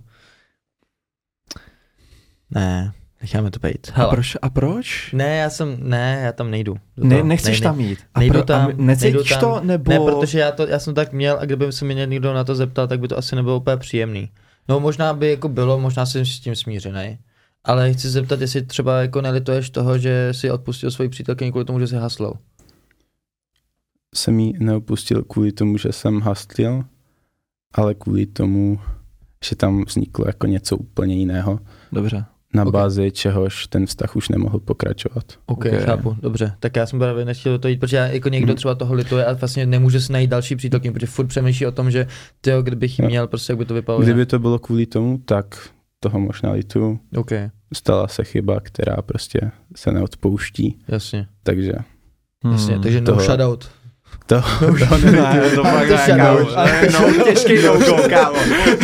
Ne, necháme to být. A proč? Ne, já tam nejdu. Nechceš tam jít? Nejdu tam. Necítíš to, nebo... Ne, protože já jsem tak měl a kdyby se mě někdo na to zeptal, tak by to asi nebylo úplně příjemný. No možná by jako bylo, možná jsem s tím smířený. Ale chci se zeptat, jestli třeba jako nelituješ toho, že si odpustil svoji přítelkyni kvůli tomu, že jsi haslil. Jsem ji neopustil kvůli tomu, že jsem haslil, ale kvůli tomu, že tam vzniklo jako něco úplně jiného. Dobře. Na bázi čehož ten vztah už nemohl pokračovat. OK, chápu, dobře. Tak já jsem právě nechtěl do toho jít, protože jako někdo třeba toho lituje a vlastně nemůže si najít další přítelkyni, protože furt přemýšlí o tom, že kdybych ji měl, prostě jak by to vypadalo. Kdyby to bylo kvůli tomu, tak toho možná lituju. Okay. Stala se chyba, která prostě se neodpouští. Jasně. Takže no shoutout. To fakt těžký no-go, kámo.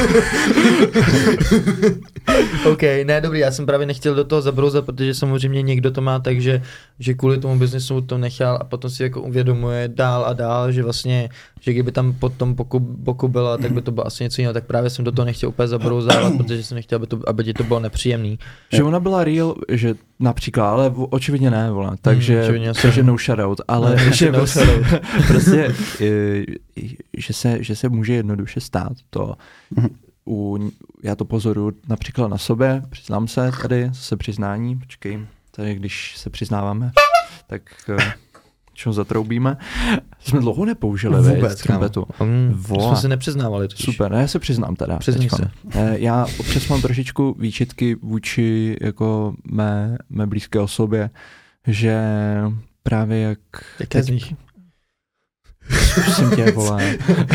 OK, ne, dobrý, já jsem právě nechtěl do toho zabrouzat, protože samozřejmě někdo to má tak, že kvůli tomu biznesu to nechal a potom si jako uvědomuje dál a dál, že vlastně, že kdyby tam pod tom boku byla, tak by to bylo asi něco jiného, tak právě jsem do toho nechtěl úplně zabrouzávat, protože jsem nechtěl, aby ti to bylo nepříjemný. Že ona byla real, že například, ale očividně ne, vole, takže no shoutout, ale že no shoutout. Prostě, že se může jednoduše stát to. Já to pozoruju například na sobě, přiznám se tady, zase přiznání, počkej, tady když se přiznáváme, tak čo zatroubíme. Jsme dlouho nepoužili vůbec, trumpetu. Jsme se nepřiznávali totiž. Super, já se přiznám teda. Přiznám se. Já občas mám trošičku výčitky vůči jako mé blízké osobě, že právě jak... Jaké z nich? Prosím tě, vole.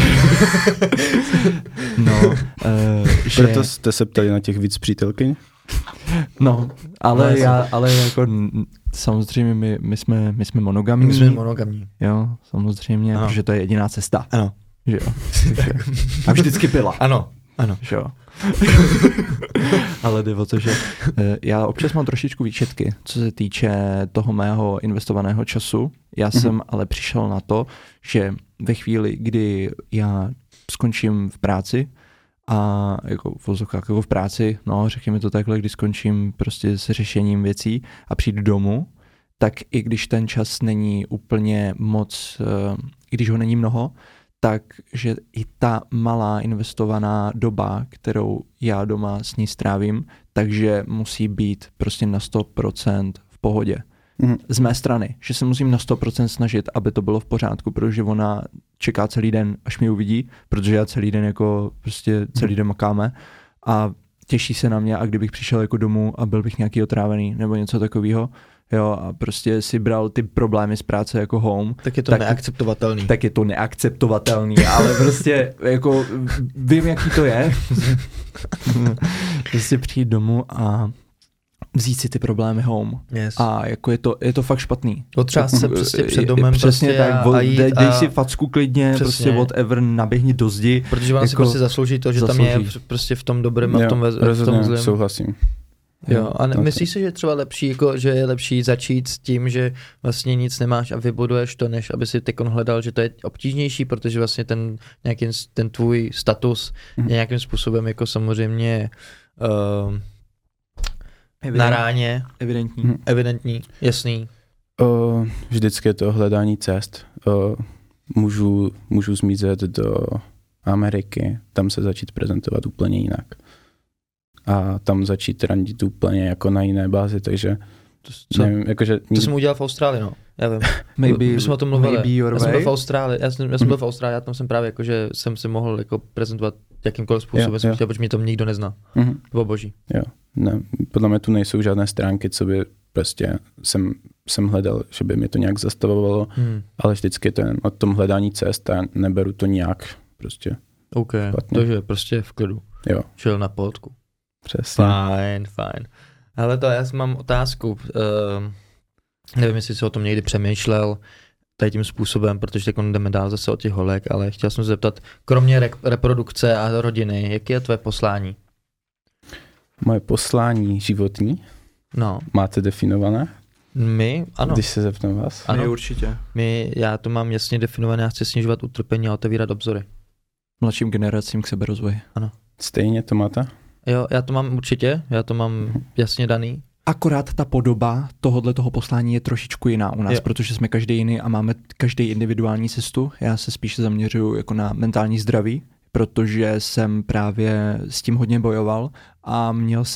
No, proto jste se ptali na těch víc přítelkyň? No, ale jako samozřejmě my jsme monogamní. My jsme monogamní. Jo, samozřejmě, ano. Protože to je jediná cesta. Ano. Že jo. A vždycky byla. Ano. Že jo. Ale jde o to, že já občas mám trošičku výčetky, co se týče toho mého investovaného času. Já jsem ale přišel na to, že ve chvíli, kdy já skončím v práci, a jako v práci, no řekněme to takhle, když skončím prostě s řešením věcí a přijdu domů, tak i když ten čas není úplně moc, i když ho není mnoho, takže i ta malá investovaná doba, kterou já doma s ní strávím, takže musí být prostě na 100% v pohodě. Z mé strany, že se musím na 100% snažit, aby to bylo v pořádku, protože ona čeká celý den, až mě uvidí, protože já celý den jako prostě celý den makáme a těší se na mě a kdybych přišel jako domů a byl bych nějaký otrávený nebo něco takového, jo, a prostě si bral ty problémy z práce jako home. Tak je to neakceptovatelný. Tak je to neakceptovatelný, ale prostě jako vím, jaký to je. Prostě přijít domů a vzít si ty problémy home. Yes. A jako je to fakt špatný. Otřást se prostě před domem. Přesně prostě tak, dej si facku klidně, přesně. Prostě whatever, naběhni do zdi. Protože vám si prostě zaslouží to, že tam je prostě v tom dobrém a v tom zlém. Souhlasím. Jo, a myslíš si, že je třeba lepší, jako, že je lepší začít s tím, že vlastně nic nemáš a vybuduješ to, než aby si tekon hledal, že to je obtížnější, protože vlastně ten tvůj status je nějakým způsobem jako samozřejmě na ráně. Evidentní, jasný. Vždycky je to hledání cest. Můžu zmizet do Ameriky, tam se začít prezentovat úplně jinak. A tam začít randit úplně jako na jiné bázi, takže nevím, jakože... To jsem udělal v Austrálii, no, já vím. My jsme o tom mluvili, já jsem byl v Austrálii, já tam jsem právě jakože jsem si mohl jako prezentovat jakýmkoliv způsobem, jsem chtěl, protože mě tam nikdo nezná. To bylo boží. Jo, ne, podle mě tu nejsou žádné stránky, co by prostě jsem hledal, že by mě to nějak zastavovalo, ale vždycky to je o tom hledání cest a neberu to nějak prostě. OK, takže prostě v klidu. Jo. Chill na pohodku. Přesně. Fajn. Ale to já mám otázku. Nevím, jestli jsi o tom někdy přemýšlel tady tím způsobem, protože teď jdeme dál zase o těch holek, ale chtěl jsem se zeptat, kromě reprodukce a rodiny, jaké je tvoje poslání? Moje poslání životní? No. Máte definované? My, ano. Když se zeptám vás? Ano. My určitě. Já to mám jasně definované, já chci snižovat utrpení a otevírat obzory. Mladším generacím k seberozvoji. Ano. Stejně to máte? Jo, já to mám určitě, já to mám jasně daný. Akorát ta podoba toho poslání je trošičku jiná u nás, protože jsme každý jiný a máme každý individuální cestu. Já se spíš zaměřuju jako na mentální zdraví, protože jsem právě s tím hodně bojoval a měl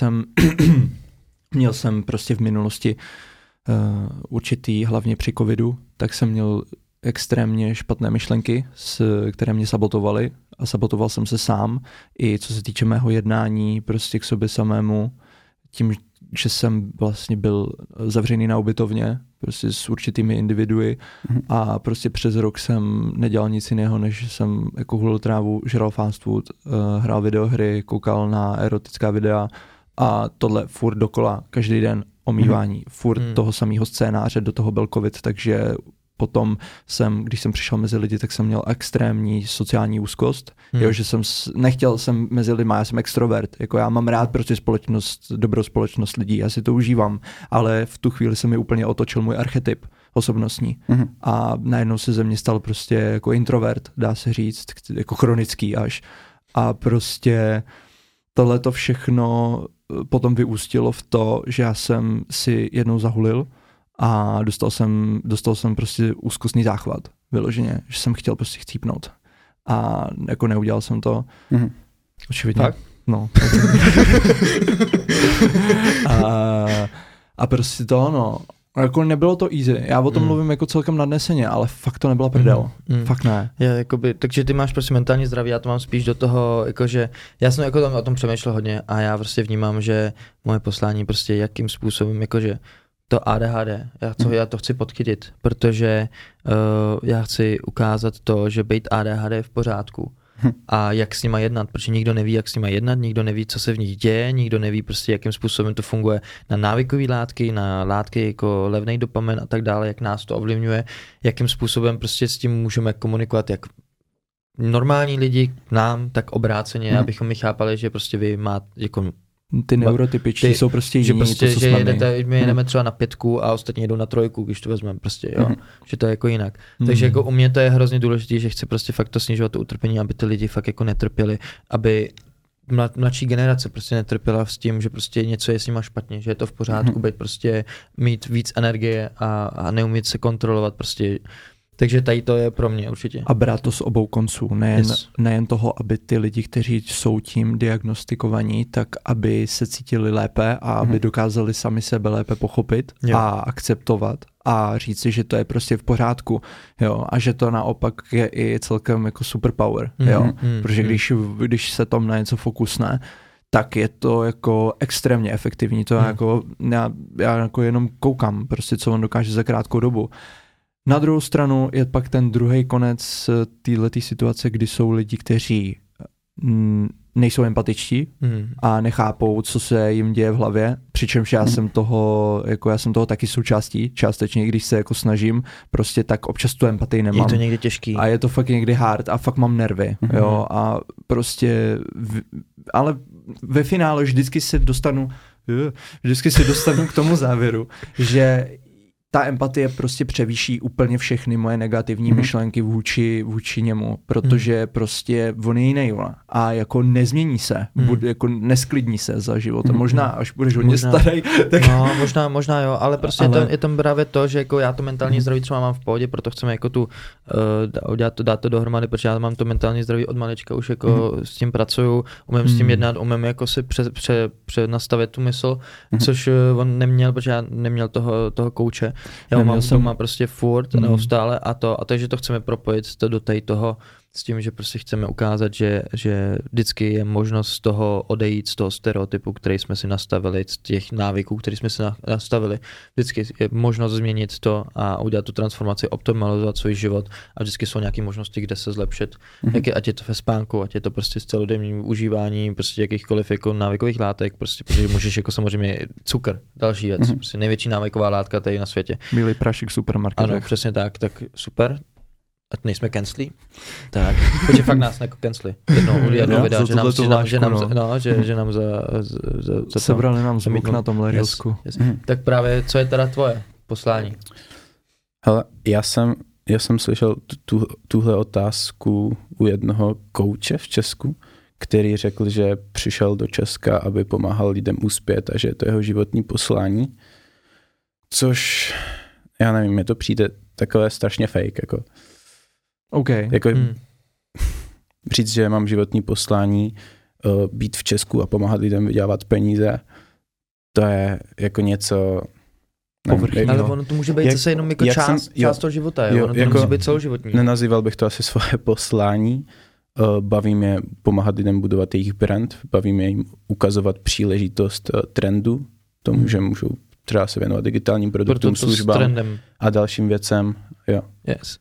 jsem prostě v minulosti určitý, hlavně při covidu, tak jsem měl extrémně špatné myšlenky, které mě sabotovaly a sabotoval jsem se sám, i co se týče mého jednání prostě k sobě samému, tím, že jsem vlastně byl zavřený na ubytovně, prostě s určitými individui a prostě přes rok jsem nedělal nic jiného, než jsem jako hulil trávu, žral fast food, hrál videohry, koukal na erotická videa a tohle furt dokola, každý den omývání, furt toho samého scénáře, do toho byl covid, takže potom když jsem přišel mezi lidi, tak jsem měl extrémní sociální úzkost, že nechtěl jsem mezi lidmi, já jsem extrovert, jako já mám rád prostě dobrou společnost lidí, já si to užívám, ale v tu chvíli se mi úplně otočil můj archetyp osobnostní a najednou se ze mě stal prostě jako introvert, dá se říct, jako chronický až a prostě tohleto všechno potom vyústilo v to, že já jsem si jednou zahulil a dostal jsem prostě úzkostný záchvat, vyloženě, že jsem chtěl prostě chcípnout. A jako neudělal jsem to. Očividně. Tak? No. a prostě to, jako nebylo to easy. Já o tom mluvím jako celkem nadneseně, ale fakt to nebyla prdel. Fakt ne. Takže ty máš prostě mentální zdraví, já to mám spíš do toho, jakože já jsem jako o tom přemýšlel hodně a já prostě vnímám, že moje poslání prostě jakým způsobem, jakože to ADHD, já to chci podchytit, protože já chci ukázat to, že být ADHD je v pořádku a jak s nima jednat, protože nikdo neví, jak s nima jednat, nikdo neví, co se v nich děje, nikdo neví prostě, jakým způsobem to funguje na návykové látky, na látky jako levnej dopamin a tak dále, jak nás to ovlivňuje, jakým způsobem prostě s tím můžeme komunikovat, jak normální lidi k nám, tak obráceně, abychom mi chápali, že prostě vy máte jako ty neurotypičtí jsou prostě jiní, prostě, to, co my jedeme třeba na 5 a ostatní jedou na 3, když to vezmeme prostě, jo, že to je jako jinak. Takže jako u mě to je hrozně důležité, že chci prostě fakt to snižovat to utrpení, aby ty lidi fakt jako netrpěli, aby mladší generace prostě netrpěla s tím, že prostě něco je s nima špatně, že je to v pořádku, být prostě mít víc energie a neumět se kontrolovat prostě. Takže tady to je pro mě určitě. A brát to z obou konců, nejen toho, aby ty lidi, kteří jsou tím diagnostikovaní, tak aby se cítili lépe a aby dokázali sami sebe lépe pochopit a akceptovat a říct si, že to je prostě v pořádku, jo, a že to naopak je i celkem jako superpower, jo, protože když se tom na něco fokusne, tak je to jako extrémně efektivní, to jako, já jako jenom koukám prostě, co on dokáže za krátkou dobu. Na druhou stranu je pak ten druhý konec této situace, kdy jsou lidi, kteří nejsou empatičtí a nechápou, co se jim děje v hlavě, přičemž já jsem toho taky součástí, částečně, když se jako snažím, prostě tak občas tu empatii nemám. Je to někdy těžký. A je to fakt někdy hard a fakt mám nervy, jo, a prostě, ale ve finále vždycky se dostanu k tomu závěru, že ta empatie prostě převýší úplně všechny moje negativní myšlenky vůči němu, protože prostě on je jiný a jako nezmění se, jako nesklidní se za životem. Možná, až budeš hodně starý. Tak... No, možná jo, ale prostě je tam právě to, že jako já to mentální zdraví třeba mám v pohodě, proto chceme jako dát to dohromady, protože já mám to mentální zdraví od malička, už jako s tím pracuju, umím s tím jednat, umím jako si přenastavit tu mysl, což on neměl, protože já neměl toho kouče. Já mám doma prostě furt neustále a takže to chceme propojit do toho s tím, že prostě chceme ukázat, že vždycky je možnost z toho odejít, z toho stereotypu, který jsme si nastavili, z těch návyků, který jsme si nastavili. Vždycky je možnost změnit to a udělat tu transformaci, optimalizovat svůj život a vždycky jsou nějaké možnosti, kde se zlepšit. Ať je to ve spánku, ať je to prostě s celodenním užívání prostě jakýchkoliv jako návykových látek, prostě, protože můžeš jako samozřejmě cukr, další věc, prostě největší návyková látka tady na světě. Bílý prašek v supermarketech. Ano, přesně tak super. Ať nejsme cancelí, tak, protože fakt nás jako cancelí. Jednou videa, že nám za sebrali nám zvuk na tomhle reelsku. Tak právě, co je teda tvoje poslání? Hele, já jsem slyšel tuhle otázku u jednoho kouče v Česku, který řekl, že přišel do Česka, aby pomáhal lidem uspět a že je to jeho životní poslání, což, já nevím, mně to přijde takové strašně fake, jako. Okay. Jako říct, že mám životní poslání, být v Česku a pomáhat lidem vydělávat peníze, to je jako něco... Nevím, ale ono to může být zase jenom jako část toho života, ono to jako, musí být celoživotní. Nenazýval bych to asi svoje poslání, baví mě pomáhat lidem budovat jejich brand, baví mě jim ukazovat příležitost trendu, tomu, že můžou třeba se věnovat digitálním produktům, službám a dalším věcem. Jo. Yes.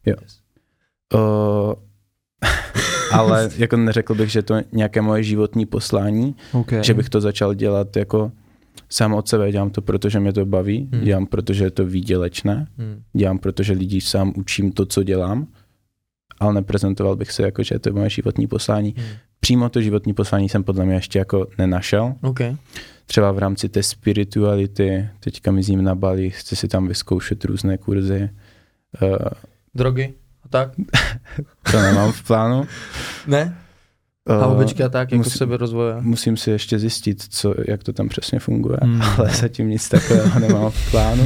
Ale jako neřekl bych, že to je nějaké moje životní poslání, že bych to začal dělat jako sám od sebe. Dělám to, protože mě to baví, dělám, protože je to výdělečné, dělám, protože lidi sám učím to, co dělám, ale neprezentoval bych se jako, že to je moje životní poslání. Přímo to životní poslání jsem podle mě ještě jako nenašel. Třeba v rámci té spirituality, teďka mizím na Bali, chci si tam vyzkoušet různé kurzy. Drogy? Tak? To nemám v plánu. Ne? Houbičky a tak, jako seberozvoje. Musím si ještě zjistit, jak to tam přesně funguje, ale zatím nic takového nemám v plánu.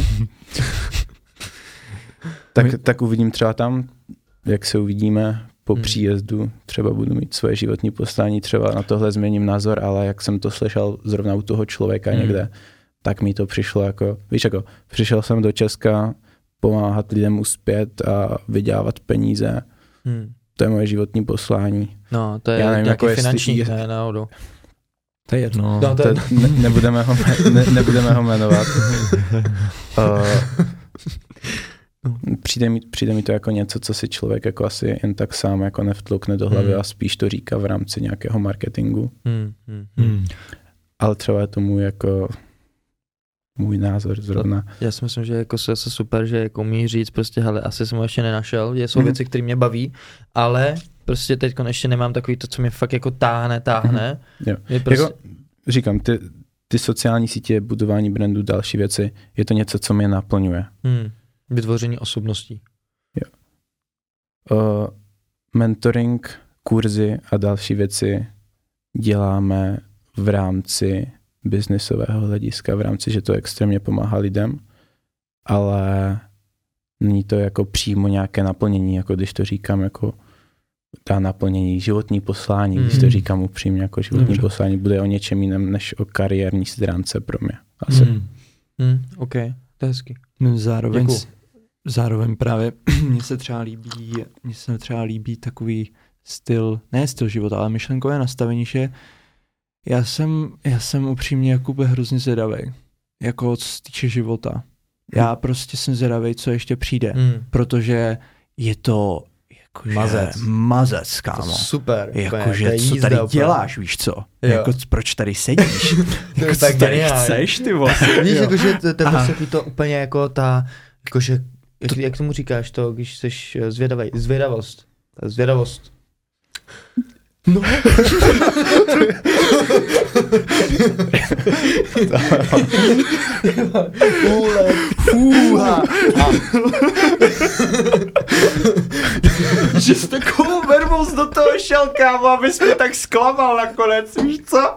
Tak uvidím třeba tam, jak se uvidíme po příjezdu. Třeba budu mít svoje životní poslání, třeba na tohle změním názor, ale jak jsem to slyšel zrovna u toho člověka někde, tak mi to přišlo jako, víš jako, přišel jsem do Česka, pomáhat lidem uspět a vydělávat peníze. To je moje životní poslání. No, to je nějaký finanční, ne náhodou. To je jedno. Nebudeme ho jmenovat. Přijde mi to jako něco, co si člověk jako asi jen tak sám jako nevtloukne do hlavy a spíš to říká v rámci nějakého marketingu. Ale třeba je to můj názor zrovna. Já si myslím, že jako je super, že jako umí říct prostě, hele, asi jsem ho ještě nenašel, jsou věci, které mě baví, ale prostě teď ještě nemám takový to, co mě fakt jako táhne. Jo. Prostě... Jako, říkám, ty sociální sítě, budování brandu, další věci, je to něco, co mě naplňuje. Vytvoření osobností. Jo. Mentoring, kurzy a další věci děláme v rámci biznisového hlediska, v rámci, že to extrémně pomáhá lidem, ale není to jako přímo nějaké naplnění, jako když to říkám jako ta naplnění životní poslání, když to říkám upřímně jako životní poslání, bude o něčem jiném než o kariérní stránce pro mě. Asi. OK, to je hezky. No, zároveň právě mně se třeba líbí takový ne styl života, ale myšlenkové nastavení, že já jsem upřímně Jakube hrozně zvědavej, jako co se týče života. Já prostě jsem zvědavej, co ještě přijde, protože je to jakože mazec, kámo. To super. Jakože co tady děláš, víš co? Jako, proč tady sedíš? Jako, co tady chceš, ty vole? Víš, jakože to je prostě to úplně jako ta, jakože, jak tomu říkáš to, když jsi zvědavej, zvědavost. No. Fúha. Že jsi takovou nervóz do toho šel, kámo, abys mě tak zklamal nakonec, víš co?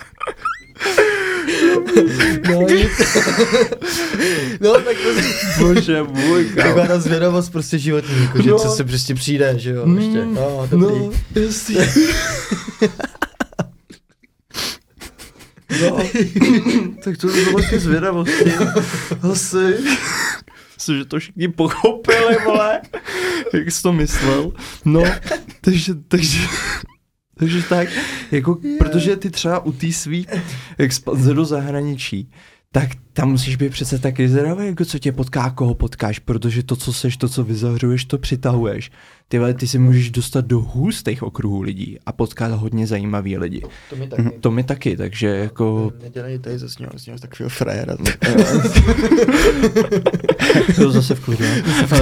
No tak to bože můj, kámo. Taková ta zvědavost prostě životní, jako, že co se prostě přijde, že jo, ještě. No, dobrý. No, jasný. No, tak to bylo ty zvědavosti. Asi. Myslím, že to všichni pochopili, vole. Jak jsi to myslel. No, takže tak, jako, protože ty třeba u té svý expanze do zahraničí, tak tam musíš být přece taky zvědavý, jako co tě potká, koho potkáš, protože to, co seš, to, co vyzařuješ, to přitahuješ. Ty si můžeš dostat do hustých okruhů lidí a potkat hodně zajímavý lidi. To mi taky, takže jako... Nedělej tady zase něho takového frajera. To zase v klidu.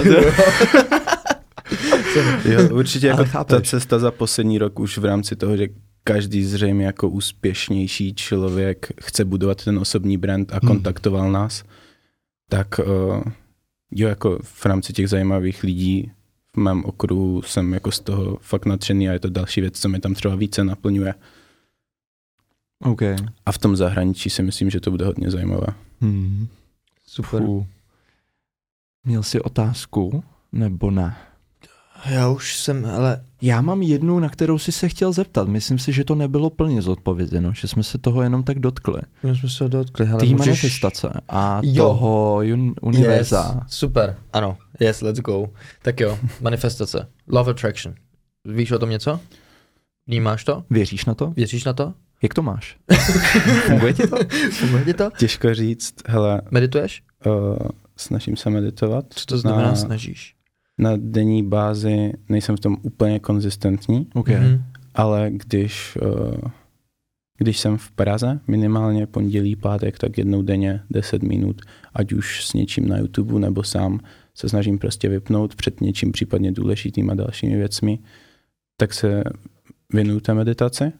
Jo, určitě jako ta cesta za poslední rok už v rámci toho, že každý zřejmě jako úspěšnější člověk chce budovat ten osobní brand a kontaktoval nás, tak jo, jako v rámci těch zajímavých lidí v mém okruhu jsem jako z toho fakt nadšený a je to další věc, co mě tam třeba více naplňuje. Okay. A v tom zahraničí si myslím, že to bude hodně zajímavé. Super. Měl jsi otázku, nebo ne? Já už jsem, ale... Já mám jednu, na kterou si se chtěl zeptat. Myslím si, že to nebylo plně zodpovězeno, že jsme se toho jenom tak dotkli. Tý manifestace a toho univerza. Yes, super, ano. Yes, let's go. Tak jo, manifestace. Love attraction. Víš o tom něco? Vnímáš to? Věříš na to? Věříš na to? Jak to máš? Funguje ti to? Funguje ti to? Těžko říct, hele. Medituješ? Snažím se meditovat. Co to znamená snažíš? Na denní bázi nejsem v tom úplně konzistentní, ale když jsem v Praze, minimálně pondělí, pátek, tak jednou denně 10 minut, ať už s něčím na YouTube nebo sám se snažím prostě vypnout před něčím případně důležitým a dalšími věcmi, tak se věnuju té meditaci.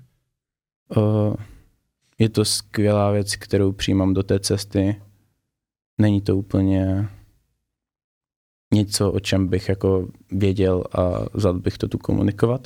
Je to skvělá věc, kterou přijímám do té cesty. Není to úplně něco, o čem bych jako věděl a vzal bych to tu komunikovat.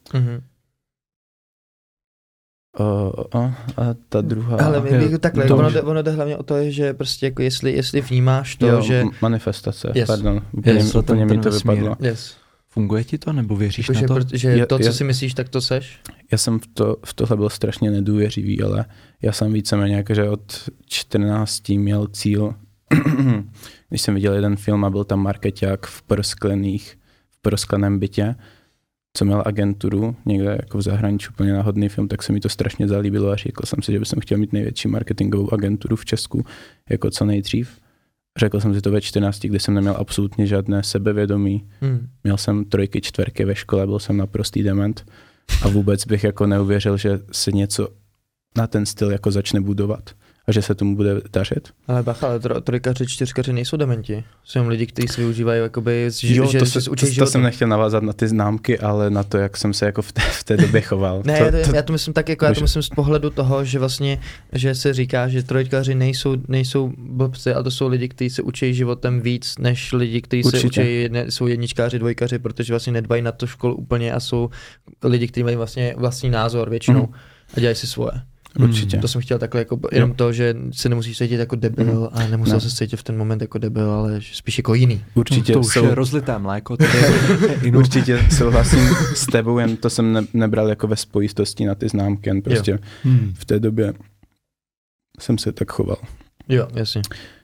A ta druhá... Ale takhle, ono jde hlavně o to, že prostě jako jestli vnímáš to, že... Manifestace, pardon, úplně mi to vypadlo. Yes. Funguje ti to, nebo věříš na to? Protože to, co si myslíš, tak to seš? Já jsem v tohle byl strašně nedůvěřivý, ale já jsem víceméně jakože od 14 měl cíl. Když jsem viděl jeden film a byl tam markeťák v proskleném bytě, co měl agenturu někde jako v zahraničí, úplně náhodný film, tak se mi to strašně zalíbilo a řekl jsem si, že bych chtěl mít největší marketingovou agenturu v Česku jako co nejdřív. Řekl jsem si to ve 14, kde jsem neměl absolutně žádné sebevědomí. Měl jsem 3, 4 ve škole, byl jsem naprostý dement a vůbec bych jako neuvěřil, že se něco na ten styl jako začne budovat. a že se tomu bude dařit. Ale bacha, ale trojkaři, čtyřkaři nejsou dementi. Jsou jen lidi, kteří si využívají jakoby, to jsem nechtěl navázat na ty známky, ale na to, jak jsem se jako v té době choval. Ne, já to myslím tak, jako já to myslím z pohledu toho, že vlastně, že se říká, že trojkaři nejsou blbci, ale to jsou lidi, kteří se učí životem víc, než lidi, kteří se učí, jsou jedničkáři, dvojkaři, protože vlastně nedbají na to školu úplně a jsou lidi, kteří mají vlastně vlastní názor většinou a dělají si svoje. Určitě. To jsem chtěl takhle jako jenom to, že se nemusíš cítit jako debil a nemusel se cítit v ten moment jako debil, ale spíš jako jiný. Určitě. To už je rozlité mléko. Určitě souhlasím s tebou, jen to jsem nebral jako ve spojitosti na ty známky, jen prostě v té době jsem se tak choval. Jo, jasně.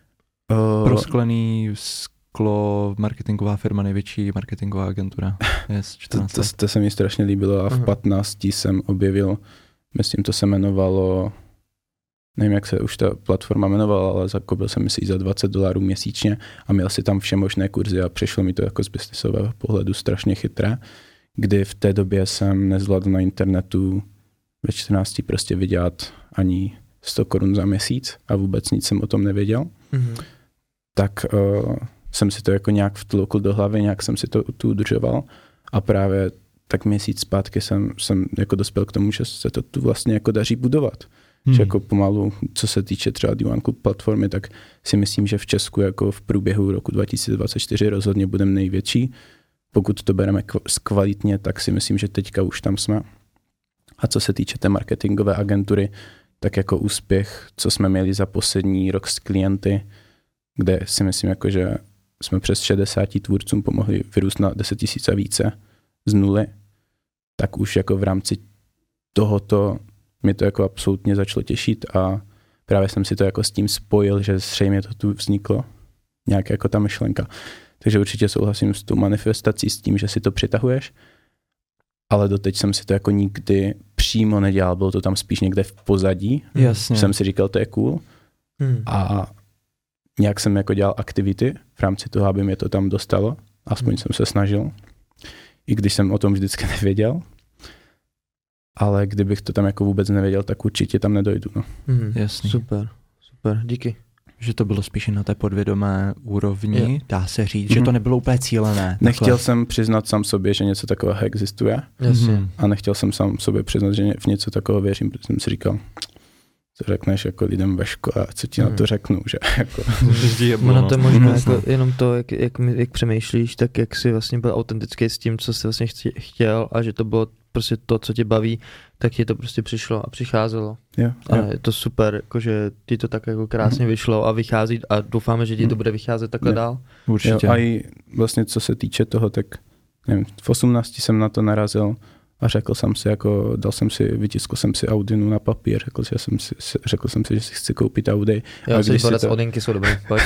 Prosklený sklo, marketingová firma, největší marketingová agentura. Yes, to se mi strašně líbilo a v 15 jsem objevil, myslím, to se jmenovalo, nevím, jak se už ta platforma jmenovala, ale zakoupil jsem si za $20 měsíčně a měl si tam vše možné kurzy a přišlo mi to jako z biznisového pohledu strašně chytré, kdy v té době jsem nezvládl na internetu ve 14 prostě vydělat ani 100 korun za měsíc a vůbec nic jsem o tom nevěděl. Tak jsem si to jako nějak vtloukl do hlavy, nějak jsem si to tu udržoval a právě tak měsíc zpátky jsem jako dospěl k tomu, že se to tu vlastně jako daří budovat. Že jako pomalu, co se týče třeba D1 Club platformy, tak si myslím, že v Česku jako v průběhu roku 2024 rozhodně budeme největší. Pokud to bereme kvalitně, tak si myslím, že teďka už tam jsme. A co se týče té marketingové agentury, tak jako úspěch, co jsme měli za poslední rok s klienty, kde si myslím, jako, že jsme přes 60 tvůrcům pomohli vyrůst na 10 000 a více z nuly, tak už jako v rámci tohoto mi to jako absolutně začalo těšit a právě jsem si to jako s tím spojil, že zřejmě to tu vzniklo, nějaká jako ta myšlenka. Takže určitě souhlasím s tou manifestací, s tím, že si to přitahuješ, ale doteď jsem si to jako nikdy přímo nedělal, bylo to tam spíš někde v pozadí. Jasně. Jsem si říkal, to je cool. A nějak jsem jako dělal aktivity v rámci toho, aby mě to tam dostalo. Aspoň jsem se snažil. I když jsem o tom vždycky nevěděl. Ale kdybych to tam jako vůbec nevěděl, tak určitě tam nedojdu. No. Jasný. Super, díky. Že to bylo spíš na té podvědomé úrovni, dá se říct, že to nebylo úplně cílené. Nechtěl jsem přiznat sám sobě, že něco takového existuje. A nechtěl jsem sám sobě přiznat, že v něco takového věřím, protože jsem si říkal, co řekneš jako lidem ve škole, co ti na to řeknu, že jako. Ono to je možná jako jenom to, jak přemýšlíš, tak jak jsi vlastně byl autentický s tím, co jsi vlastně chtěl a že to bylo prostě to, co tě baví, tak ti to prostě přišlo a přicházelo. A je to super, jakože ti to tak jako krásně vyšlo a vychází a doufáme, že ti to bude vycházet takhle dál. Určitě. A i vlastně co se týče toho, tak nevím, v 18 jsem na to narazil a řekl jsem si, jako vytiskl jsem si Audinu na papír, řekl jsem si, že si chci koupit Audi. Jo, si podať Audinky jsou dobré, pojď.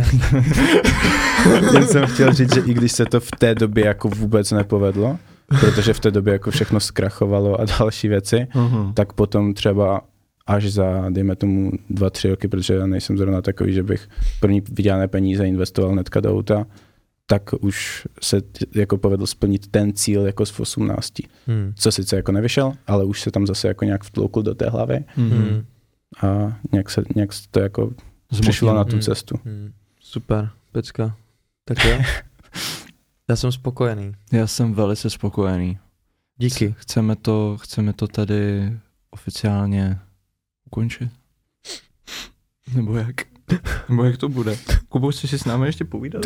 Jen jsem chtěl říct, že i když se to v té době jako vůbec nepovedlo, protože v té době jako všechno zkrachovalo a další věci, tak potom třeba až za, dejme tomu 2-3 roky, protože já nejsem zrovna takový, že bych první vydělané peníze investoval hnedka do auta, tak už se jako povedl splnit ten cíl jako z 18. Co sice jako nevyšel, ale už se tam zase jako nějak vtloukl do té hlavy a nějak to jako přišlo na tu cestu. Super, pecka. Tak jo. Já jsem spokojený. Já jsem velice spokojený. Díky. Chceme to tady oficiálně ukončit? Nebo jak? Nebo jak to bude? Kubo, chceš si s námi ještě povídat?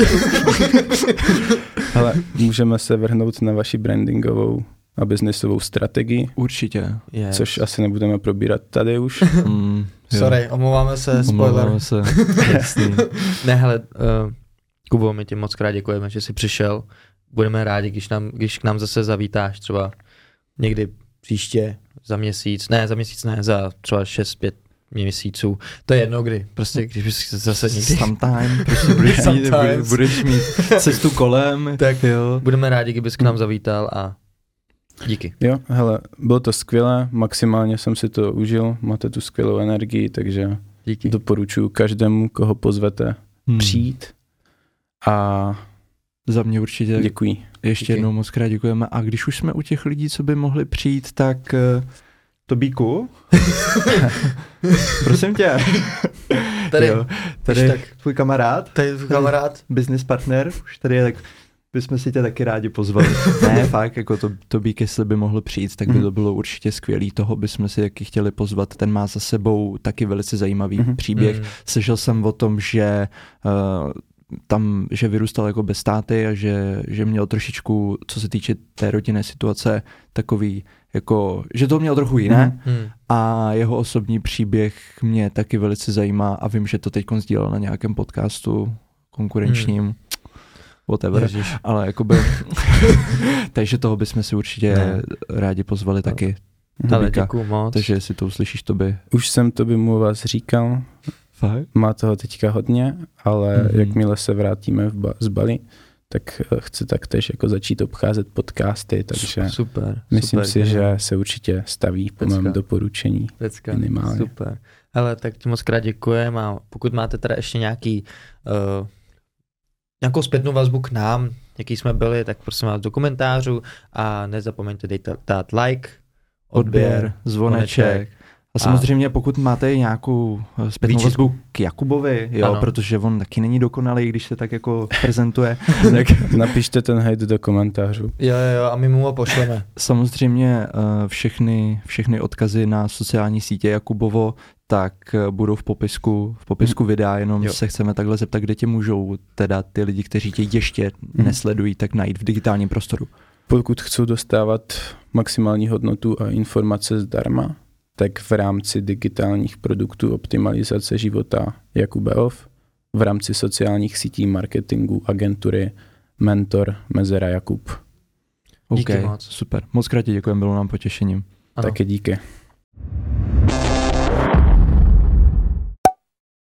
Ale můžeme se vrhnout na vaši brandingovou a biznisovou strategii. Určitě. Yes. Což asi nebudeme probírat tady už. Sorry, omlouváme se, spoiler. Ne, hele, Kubo, my ti moc krát děkujeme, že jsi přišel. Budeme rádi, když k nám zase zavítáš třeba někdy příště, za měsíc ne, za třeba 6-5 měsíců. To je jedno kdy, prostě když bys zase někdy. Sometime, prostě budeš mít cestu kolem. Tak jo. Budeme rádi, kdybys k nám zavítal a díky. Jo, hele, bylo to skvělé, maximálně jsem si to užil, máte tu skvělou energii, takže díky. Doporučuji každému, koho pozvete, přijít a za mě určitě děkuji. Ještě jednou moc krát děkujeme a když už jsme u těch lidí, co by mohli přijít, tak Tobíku? Prosím tě. Tady, tady tak. tvůj kamarád. Tady tvůj kamarád. Business partner, už tady je, tak bychom si tě taky rádi pozvali. Ne, fakt, jako Tobík, jestli by mohl přijít, tak by to bylo určitě skvělý. Toho bychom si taky chtěli pozvat. Ten má za sebou taky velice zajímavý příběh. Slyšel jsem o tom, že tam, že vyrůstal jako bez táty a že měl trošičku, co se týče té rodinné situace, takový, jako, že to měl trochu jiné a jeho osobní příběh mě taky velice zajímá a vím, že to teď sdílel na nějakém podcastu konkurenčním, whatever, Ježiš. ale jakoby, takže toho bychom si určitě rádi pozvali taky. Ale děkuju moc. Takže jestli to uslyšíš, Toby. Už jsem Toby mu vás říkal, Fakt? má toho teďka hodně, ale jakmile se vrátíme z Bali, tak chci taktéž jako začít obcházet podcasty, takže myslím si, že se určitě staví po mém doporučení minimálně. Super. Hele, tak ti moc krát děkujem a pokud máte teda ještě nějakou zpětnou vazbu k nám, jaký jsme byli, tak prosím vás do komentářů a nezapomeňte dát like, odběr, zvoneček. A samozřejmě pokud máte nějakou zpětnou vazbu k Jakubovi, jo, protože on taky není dokonalý, když se tak jako prezentuje. Tak napište ten hate do komentářů. Jo, a my mu ho pošleme. Samozřejmě všechny odkazy na sociální sítě Jakubovo tak budou v popisku videa, jenom se chceme takhle zeptat, kde tě můžou teda ty lidi, kteří tě ještě nesledují, tak najít v digitálním prostoru. Pokud chcou dostávat maximální hodnotu a informace zdarma, tak v rámci digitálních produktů optimalizace života Jakubeov, v rámci sociálních sítí, marketingu, agentury, mentor, Mezera Jakub. Díky moc. Super. Moc krát děkujeme, bylo nám potěšením. Taky díky.